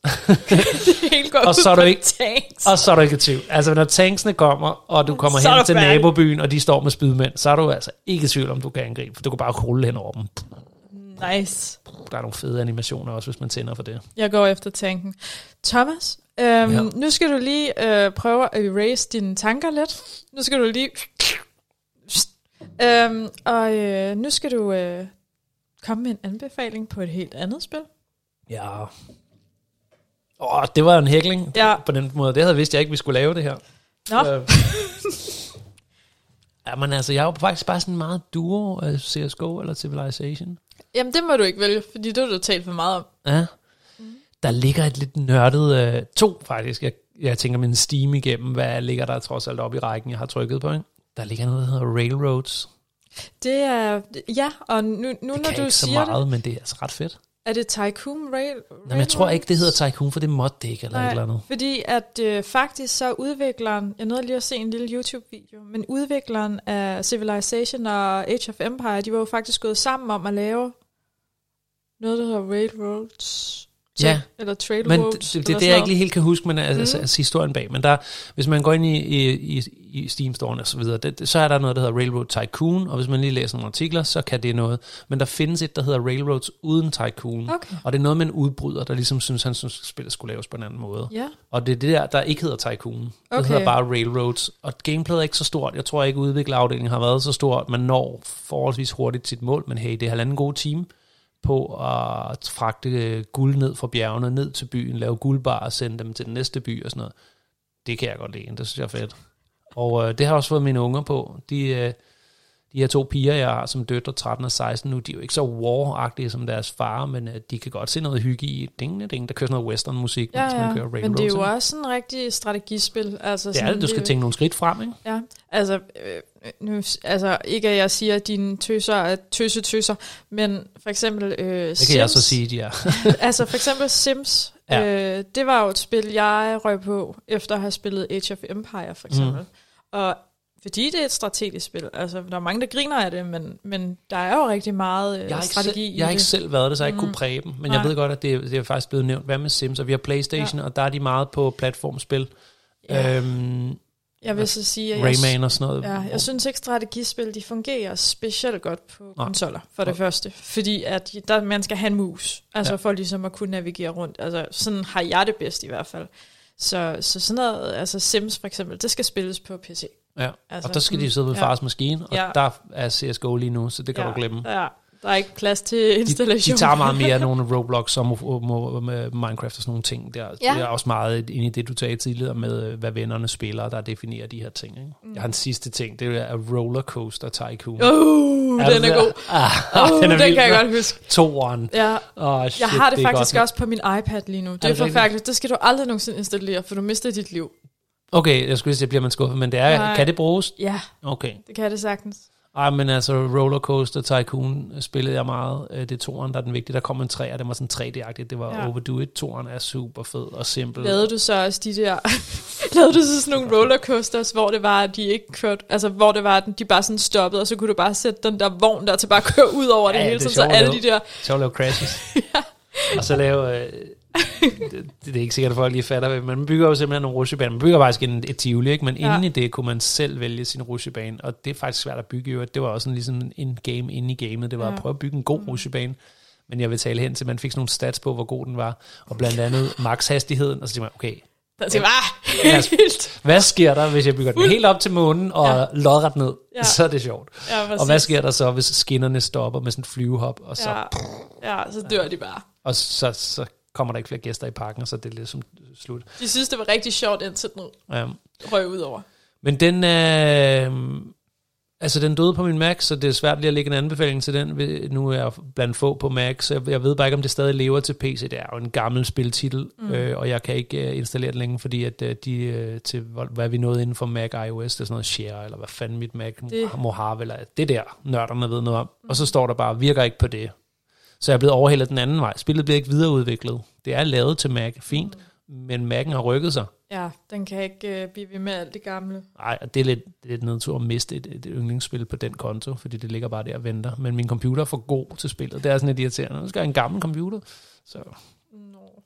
og, så er du ikke,
tanks.
og så er du ikke i tvivl. Altså når tanksene kommer, og du kommer så hen til færdig. nabobyen, og de står med spydmænd, så er du altså ikke i tvivl, om du kan angribe. For du kan bare rulle hen over dem.
Nice.
Der er nogle fede animationer også, hvis man tænder for det.
Jeg går efter tanken. Thomas, øhm, ja. nu skal du lige øh, prøve at erase dine tanker lidt. Nu skal du lige... øhm, og øh, nu skal du øh, komme med en anbefaling på et helt andet spil.
Ja. Åh, det var en hækling
ja.
på den måde. Det havde vidst jeg ikke, vi skulle lave det her.
Nå.
Øh. Ja, men altså, jeg er jo faktisk bare sådan meget duo af C S G O eller Civilization.
Jamen, det må du ikke vælge, fordi det har du talt for meget om.
Ja. Mm. Der ligger et lidt nørdet... Uh, to, faktisk. Jeg, jeg tænker min Steam igennem, hvad ligger der trods alt op i rækken, jeg har trykket på, ikke? Der ligger noget, der hedder Railroads.
Det er... Ja, og nu, nu
det
når du
ikke
siger
så meget,
det,
men det er altså ret fedt.
Er det Tycoon Rail?
Jamen, jeg tror ikke, det hedder Tycoon, for det mod det ikke, eller
Nej,
et eller andet.
Fordi at øh, faktisk så udvikleren, jeg nåede lige at se en lille YouTube-video, men udvikleren af Civilization og Age of Empire, de var jo faktisk gået sammen om at lave noget, der hedder Railroads.
Ja,
eller Trail
men
Roads,
det, det, det er jeg ikke lige helt kan huske, men altså, mm. altså historien bag. Men der, hvis man går ind i, i, i, i Steam-storen og så videre, det, så er der noget, der hedder Railroad Tycoon, og hvis man lige læser nogle artikler, så kan det noget. Men der findes et, der hedder Railroads uden Tycoon,
okay.
og det er noget med en udbryder, der ligesom synes, han synes, spillet skulle laves på en anden måde.
Yeah. Og
det er det der, der ikke hedder Tycoon. Okay. Det hedder bare Railroads, og gameplayet er ikke så stort. Jeg tror ikke, udviklerafdelingen har været så stor, at man når forholdsvis hurtigt sit mål, men hey, det er halvanden gode team på at fragte guld ned fra bjergene, ned til byen, lave guldbar og sende dem til den næste by og sådan noget. Det kan jeg godt lide, det synes jeg er fedt. Og øh, det har også fået mine unger på. De, øh, de her to piger, jeg har som døtre, tretten og seksten nu, de er jo ikke så war-agtige som deres far, men øh, de kan godt se noget hygge i ding, ding, der kører sådan noget western-musik,
ja,
mens man kører Railroads.
Men det er jo også sådan en rigtig strategispil. Altså
sådan, ja, du skal det, tænke nogle skridt frem, ikke?
Ja, altså, øh, nu, altså ikke at jeg siger, at dine tøser er tøse-tøser, men for eksempel øh,
det
Sims.
kan jeg så sige, de er.
altså for eksempel Sims, ja. øh, det var jo et spil, jeg røg på, efter at have spillet Age of Empire for eksempel. Mm. Og Fordi det er et strategisk spil. Altså, der er mange, der griner af det, men, men der er jo rigtig meget øh,
jeg
strategi
selv,
i
Jeg har
det.
ikke selv været det, så jeg mm. ikke kunne præge dem. Men Nej. jeg ved godt, at det, det er faktisk blevet nævnt. Hvad med Sims? Og vi har PlayStation, ja. og der er de meget på platformspil. Ja. Øhm,
jeg vil så sige, at
Rayman
jeg,
og sådan noget.
Ja, jeg
hvor,
synes ikke, strategispil de fungerer specielt godt på Nej. konsoller, for det første. Fordi at der, man skal have en mus, altså ja. for ligesom at kunne navigere rundt. Altså, sådan har jeg det bedst i hvert fald. Så, så sådan noget, altså Sims for eksempel, det skal spilles på P C.
Ja,
altså,
og der skal de sidde ved
ja.
fars maskine, og ja. der er C S G O lige nu, så det kan
ja.
du glemme.
Ja, der er ikke plads til installation.
De, de tager meget mere nogle Roblox og med Minecraft og sådan nogle ting. Der, ja. Det er også meget inde i det, du sagde tidligere med, hvad vennerne spiller, der definerer de her ting. Ikke? Mm. Jeg har en sidste ting, det er Rollercoaster Tycoon.
Uh, er den er god.
Ah,
uh,
den er
den
vild,
kan jeg godt huske.
Toeren.
Ja.
Oh, shit,
jeg har det,
det
faktisk
godt.
også på min iPad lige nu. Det er, er det forfærdeligt. Rigtigt? Det skal du aldrig nogensinde installere, for du mister dit liv.
Okay, jeg skulle sige, bliver man skuffet, men det er,
Nej.
kan det bruges?
Ja,
okay.
Det kan det sagtens.
Ej, men altså Rollercoaster Tycoon spillede jeg meget. Det er toeren, der er den vigtige. Der kom en tre, og den var sådan tre D-agtigt. Det var ja. Overdo It. Toeren er super fed og simpel.
Lavede du så også de der... lavede du så sådan nogle rollercoasters, hvor det var, at de ikke kørte... Altså, hvor det var, at de bare sådan stoppede, og så kunne du bare sætte den der vogn der til bare at køre ud over ja, det hele. Det så alle de der...
Sjovt at lave crashes. ja. Og så lave... Øh, det, det er ikke sikkert, at folk lige fatter, men man bygger jo simpelthen nogle rutsjebaner. Man bygger faktisk en, et tivoli, ikke? Men ja. inden i det kunne man selv vælge sin rutsjebane, og det er faktisk svært at bygge. Jo. Det var også en, ligesom en game inde i gamet. Det var ja. at prøve at bygge en god rutsjebane, men jeg vil tale hen til, at man fik sådan nogle stats på, hvor god den var, og blandt andet max-hastigheden, og så siger man, okay,
det var helt vildt.
Hvad sker der, hvis jeg bygger den helt op til månen og ja. lodret ned? Ja. Så er det sjovt.
Ja,
og hvad sker der så, hvis skinnerne stopper med sådan en flyvehop, og så...
Ja, ja så dør ja. de bare.
Og så... så kommer der ikke flere gæster i parken, så det er ligesom slut.
De synes, det var rigtig sjovt, indtil den ja. røg ud over.
Men den, øh, altså den døde på min Mac, så det er svært lige at lægge en anbefaling til den. Nu er jeg blandt få på Mac, så jeg ved bare ikke, om det stadig lever til P C. Det er jo en gammel spiltitel, mm. øh, og jeg kan ikke uh, installere den længe, fordi at uh, de, uh, til hvad vi nåede inden for Mac iOS, det er sådan noget Share, eller hvad fanden mit Mac, det. Mojave, eller det der, nørderne ved noget om. Mm. Og så står der bare, virker ikke på det. Så jeg er blevet overhældet den anden vej. Spillet bliver ikke videreudviklet. Det er lavet til Mac, fint, mm. men Mac'en har rykket sig.
Ja, den kan ikke uh, blive ved med alt det gamle.
Nej, det er lidt, lidt nedtur at miste et, et yndlingsspil på den konto, fordi det ligger bare der og venter. Men min computer er for god til spillet. Det er sådan lidt irriterende. Nu skal jeg have en gammel computer. Så.
Nå.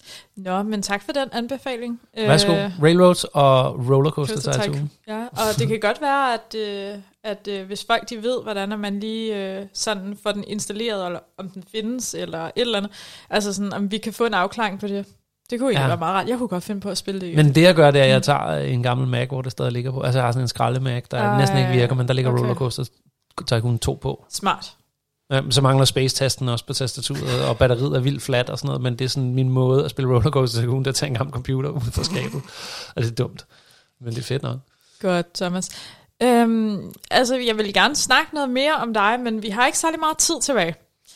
Nå, men tak for den anbefaling.
Værsgo. Uh, Railroads og Rollercoaster Tycoon.
Ja, og det kan godt være, at, uh, at uh, hvis folk de ved, hvordan man lige uh, sådan får den installeret, eller om den findes, eller et eller andet, altså sådan, om vi kan få en afklaring på det. Det kunne ikke ja. være meget rart. Jeg kunne godt finde på at spille det.
Men det jeg gør, det er, at jeg tager en gammel Mac, hvor det stadig ligger på. Altså jeg har sådan en skralde Mac, der Ej, næsten ikke virker, men der ligger okay. Rollercoaster Tycoon to på.
Smart.
Ja, så mangler space-tasten også på tastaturet, og batteriet er vildt flat og sådan noget, men det er sådan min måde at spille Rollercoaster Tycoon, der tager en gammel computer ud fra skabet. Og det er dumt, men det er fedt nok.
Godt, Thomas. Øhm, altså, jeg vil gerne snakke noget mere om dig, men vi har ikke særlig meget tid tilbage.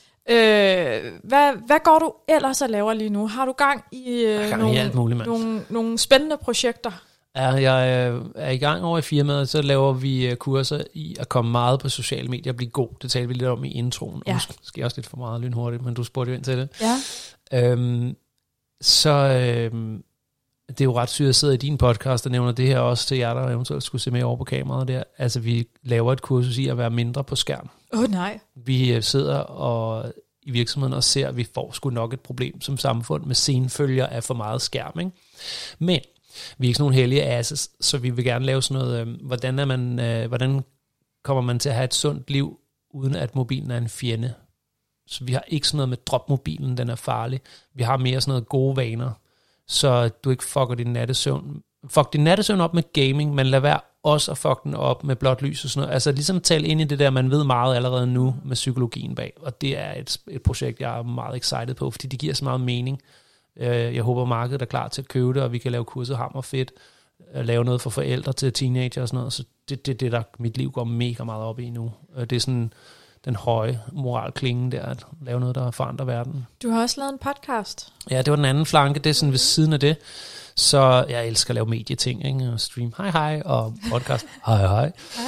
Øh, hvad, hvad går du ellers og laver lige nu? Har du gang i, øh,
gang
nogle,
i alt muligt,
nogle, nogle spændende projekter?
Ja, jeg er i gang over i firmaet, så laver vi kurser i at komme meget på sociale medier og blive god. Det talte vi lidt om i introen.
Ja.
Og måske også lidt for meget lynhurtigt, men du spurgte jo ind til det.
Ja.
Øhm, så øhm, det er jo ret sygt at sidde i din podcast og nævner det her også til jer, der eventuelt skulle se med over på kameraet der. Altså, vi laver et kursus i at være mindre på skærm.
Åh oh, nej.
Vi sidder og i virksomheden og ser, at vi får sgu nok et problem som samfund med senfølger af for meget skærm, ikke? Men vi er ikke sådan nogle hellige asses, så vi vil gerne lave sådan noget, øh, hvordan, er man, øh, hvordan kommer man til at have et sundt liv, uden at mobilen er en fjende. Så vi har ikke sådan noget med drop mobilen, den er farlig. Vi har mere sådan noget gode vaner, så du ikke fucker din nattesøvn. Fuck din nattesøvn op med gaming, men lad være også at fuck den op med blåt lys og sådan noget. Altså ligesom tale ind i det der, man ved meget allerede nu med psykologien bag. Og det er et, et projekt, jeg er meget excited på, fordi det giver så meget mening. Jeg håber, markedet er klar til at købe det, og vi kan lave kurset hammer fedt, lave noget for forældre til teenager og sådan noget. Så det er det, det, der mit liv går mega meget op i nu. Det er sådan den høje moralklingen der, at lave noget, der forandrer verden.
Du har også lavet en podcast.
Ja, det var den anden flanke, det er sådan ved siden af det. Så jeg elsker at lave medieting, ikke? Og stream hej hej, og podcast hej hej.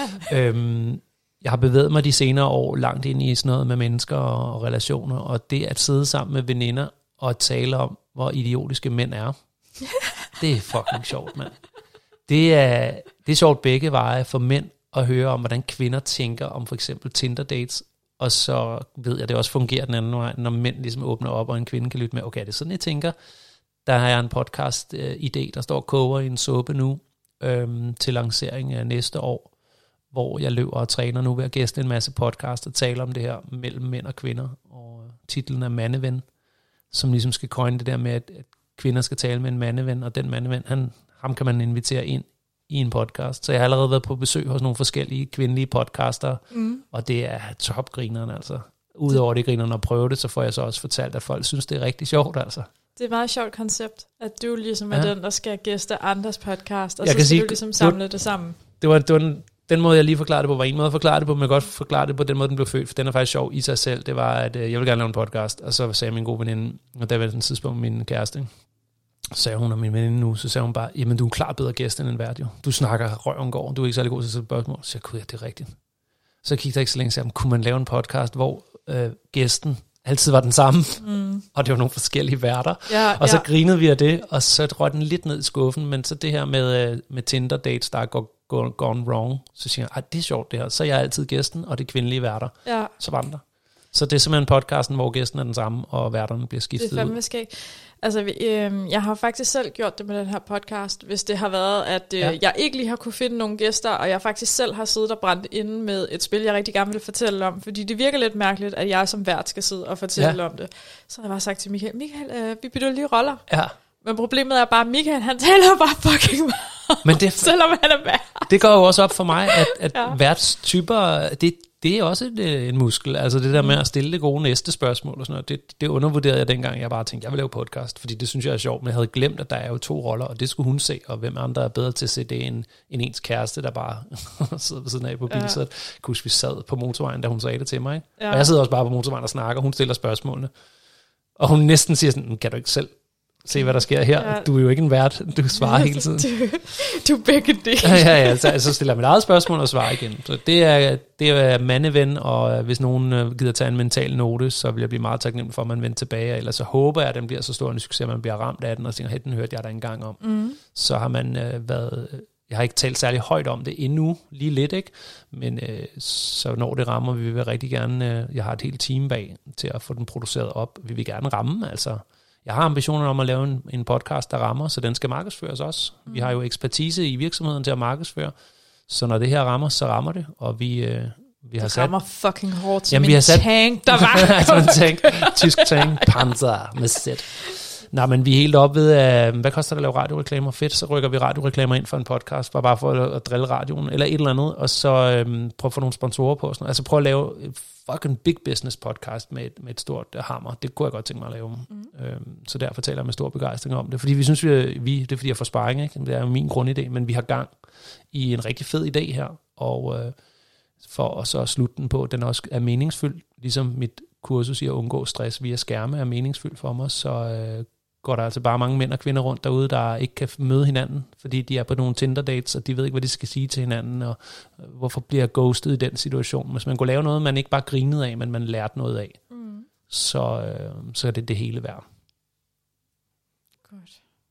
øhm, jeg har bevæget mig de senere år langt ind i sådan noget med mennesker og relationer, og det at sidde sammen med veninder og tale om, hvor idiotiske mænd er. Det er fucking sjovt, mand. Det er, det er sjovt begge veje for mænd at høre om, hvordan kvinder tænker om for eksempel Tinder-dates, og så ved jeg, at det også fungerer den anden vej, når mænd ligesom åbner op, og en kvinde kan lytte med, okay, det er sådan, jeg tænker. Der har jeg en podcast-idé, der står og koger i en suppe nu, øhm, til lancering af næste år, hvor jeg løber og træner nu ved at gæste en masse podcast og tale om det her mellem mænd og kvinder, og titlen er Mandeven, som ligesom skal coine det der med, at kvinder skal tale med en mandeven, og den mandeven, han, ham kan man invitere ind i en podcast. Så jeg har allerede været på besøg hos nogle forskellige kvindelige podcaster, mm. og det er topgrineren altså. Udover det grinerne at prøve det, så får jeg så også fortalt, at folk synes, det er rigtig sjovt altså. Det
er et meget sjovt koncept, at du ligesom er ja. den, der skal gæste andres podcast, og
jeg
så skal
sige,
du ligesom samle det, det sammen.
Det var, det var den, den måde, jeg lige forklarede det på, var en måde at forklare det på, men jeg kan godt forklare det på den måde, den blev født, for den er faktisk sjov i sig selv. Det var, at øh, jeg ville gerne lave en podcast, og så sagde min gode veninde, og der var den tidspunkt min kæreste, ikke? Så sagde hun, og min veninde nu, så sagde hun bare, jamen du er en klart bedre gæst end en vært, jo. Du snakker røven går, du er ikke særlig god til at sætte spørgsmål. Så jeg kunne, ja, det er rigtigt. Så kiggede jeg ikke så længe, så sagde, kunne man lave en podcast, hvor øh, gæsten altid var den samme, mm. og det var nogle forskellige værter.
Ja,
og så
ja.
grinede vi af det, og så røg den lidt ned i skuffen, men så det her med, med Tinder-dates, der er gone, gone wrong, så siger jeg, det er sjovt det her. Så er jeg altid gæsten, og det kvindelige værter.
Ja. Så
var den der. Så det er simpelthen podcasten, hvor gæsten er den samme, og værterne bliver skiftet ud.
Det er fandme skægt. Altså, øh, jeg har faktisk selv gjort det med den her podcast, hvis det har været, at øh, ja. jeg ikke lige har kunne finde nogle gæster, og jeg faktisk selv har siddet og brændt inde med et spil, jeg rigtig gerne vil fortælle om, fordi det virker lidt mærkeligt, at jeg som vært skal sidde og fortælle ja. om det. Så har jeg bare sagt til Michael, Michael, øh, vi bytter lige roller.
Ja.
Men problemet er bare, at Michael, han taler bare fucking meget, Men det, selvom han er vært.
Det går jo også op for mig, at, at
ja.
værtstyper, det Det er også et, en muskel, altså det der med at stille det gode næste spørgsmål og sådan noget, det, det undervurderede jeg dengang, jeg bare tænkte, jeg vil lave podcast, fordi det synes jeg er sjovt, men jeg havde glemt, at der er jo to roller, og det skulle hun se, og hvem andre er bedre til at se det end, end ens kæreste, der bare sidder ved siden af på bilsædet. Ja. Jeg kunne huske, vi sad på motorvejen, da hun sagde det til mig, ikke? Ja. Og jeg sidder også bare på motorvejen og snakker, og hun stiller spørgsmålene, og hun næsten siger sådan, kan du ikke selv se, hvad der sker her? Ja. Du er jo ikke en vært, du svarer hele tiden.
Du, du er begge dele.
ja, ja, ja, så, så stiller jeg mit eget spørgsmål og svarer igen. Så det er, det er mandeven, og hvis nogen gider tage en mental note, så vil jeg blive meget taknemmelig for, at man vender tilbage, og ellers så håber jeg, at den bliver så stor en succes, at man bliver ramt af den, og tænker, hey, den hørte jeg der engang om. Mm. Så har man øh, været, jeg har ikke talt særlig højt om det endnu, lige lidt, ikke? Men øh, så når det rammer, vi vil rigtig gerne, øh, jeg har et helt team bag til at få den produceret op, vi vil gerne ramme, altså. Jeg har ambitioner om at lave en, en podcast, der rammer, så den skal markedsføres også. Mm. Vi har jo ekspertise i virksomheden til at markedsføre, så når det her rammer, så rammer det, og vi, øh, vi har
det
sat...
rammer fucking hårdt som
jamen,
en
vi har sat,
tank, der var.
som en tank, tysk tank, Panzer med sæt. Nej, men vi er helt oppe ved, uh, hvad koster det at lave radioreklamer? Fedt, så rykker vi radioreklamer ind for en podcast, bare, bare for at, at drille radioen, eller et eller andet, og så um, prøve at få nogle sponsorer på. Sådan. Altså prøve at lave fucking big business podcast med et, med et stort uh, hammer. Det kunne jeg godt tænke mig at lave. Mm. Um, så derfor taler jeg med stor begejstring om det. Fordi vi synes, vi, vi det er fordi, jeg får sparring, ikke? Det er jo min grundidé, men vi har gang i en rigtig fed idé her, og uh, for at så slutte den på, den også er meningsfyldt, ligesom mit kursus i at undgå stress via skærme er meningsfyldt for mig, så uh, går der altså bare mange mænd og kvinder rundt derude, der ikke kan møde hinanden, fordi de er på nogle Tinder-dates, og de ved ikke, hvad de skal sige til hinanden, og hvorfor bliver ghostet i den situation. Hvis man kunne lave noget, man ikke bare grinede af, men man lærte noget af, mm. så, øh, så er det det hele værd.
Godt.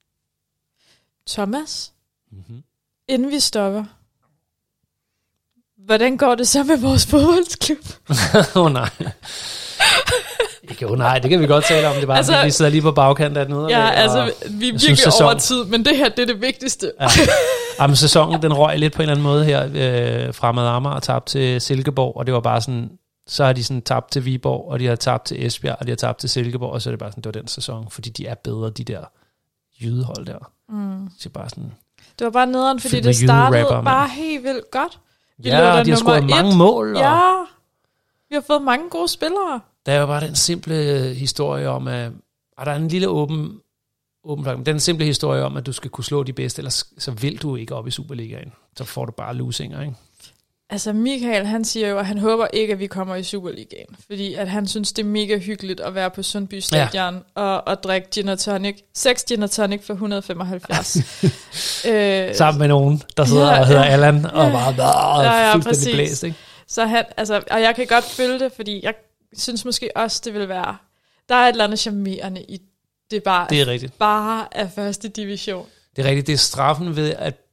Thomas,
mm-hmm.
inden vi stopper, hvordan går det så med vores fodboldsklub?
Åh oh, nej. Jo, nej, det kan vi godt tale om. Det er bare, altså, vi sidder lige på bagkanten af den ude.
Ja, altså, vi er virkelig synes, over tid, men det her, det er det vigtigste.
Ja. Jamen, sæsonen, den røg lidt på en eller anden måde her. Øh, Fremad Amager tabt til Silkeborg, og det var bare sådan, så har de sådan tabt til Viborg, og de har tabt til Esbjerg, og de har tabt til Silkeborg, og så er det bare sådan, det var den sæson, fordi de er bedre, de der jydehold der. Mm. Så bare sådan...
Det var bare nederen, fordi det startede rapper, bare helt vildt godt.
Vi ja, de har scoret mange mål. Og...
Ja, vi har fået mange gode spillere.
Der er jo bare den simple historie om, at og der er en lille åben, åben den simple historie om, at du skal kunne slå de bedste, ellers så vil du ikke op i Superligaen. Så får du bare losinger, ikke?
Altså Michael, han siger jo, at han håber ikke, at vi kommer i Superligaen, fordi at han synes, det er mega hyggeligt at være på Sundby Stadion ja. og, og drikke gin og tonic. Seks gin og tonic for et hundrede og femoghalvfjerds. øh,
Sammen med nogen, der sidder ja, og hedder ja, Allan, og bare ja, ja, fuldstændig blæst, ikke?
Så han, altså, og jeg kan godt følge det, fordi jeg synes måske også, det vil være, der er et eller andet charmerende i det bare,
det er rigtigt.
Bare af første division.
Det er rigtigt, det er straffen ved, at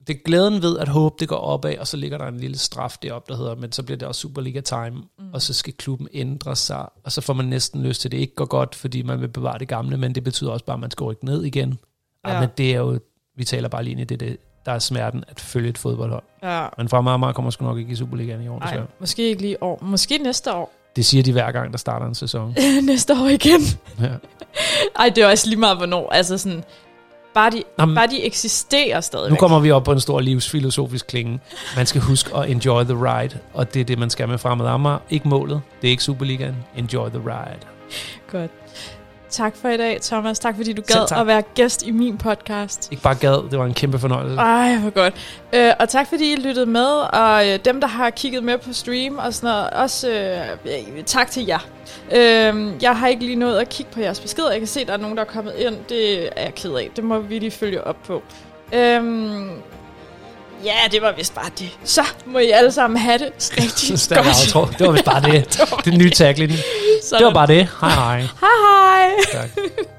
det er glæden ved at håbe, det går opad, og så ligger der en lille straf deroppe, der hedder, men så bliver det også Superliga Time, mm. og så skal klubben ændre sig, og så får man næsten lyst til, at det ikke går godt, fordi man vil bevare det gamle, men det betyder også bare, at man skal rykke ned igen. Ja. Ja, men det er jo, vi taler bare lige ind i det, det, der er smerten at følge et fodboldhold. Ja. Men fra Amager kommer sgu nok ikke i Superligaen i år.
Nej, måske ikke lige i år, måske næste år.
Det siger de hver gang, der starter en sæson.
Næste år igen. Ja. Ej, det er også lige meget, hvornår. Altså sådan, bare de, Jamen, bare de eksisterer stadigvæk.
Nu kommer vi op på en stor livsfilosofisk klinge. Man skal huske at enjoy the ride, og det er det, man skal med Fremad Amager. Ikke målet, det er ikke Superligaen. Enjoy the ride.
Godt. Tak for i dag, Thomas. Tak fordi du gad at være gæst i min podcast.
Ikke bare gad, det var en kæmpe fornøjelse.
Ej, hvor godt. Øh, og tak fordi I lyttede med, og øh, dem, der har kigget med på stream og sådan noget, også øh, tak til jer. Øh, jeg har ikke lige nået at kigge på jeres beskeder. Jeg kan se, der er nogen, der er kommet ind. Det er jeg ked af. Det må vi lige følge op på. Øh, ja, det var vist bare det. Så må I alle sammen have det rigtig godt.
Det var vist bare det. Det nye tagline. Det var bare det. Hej hej.
Hej hej.
Tak.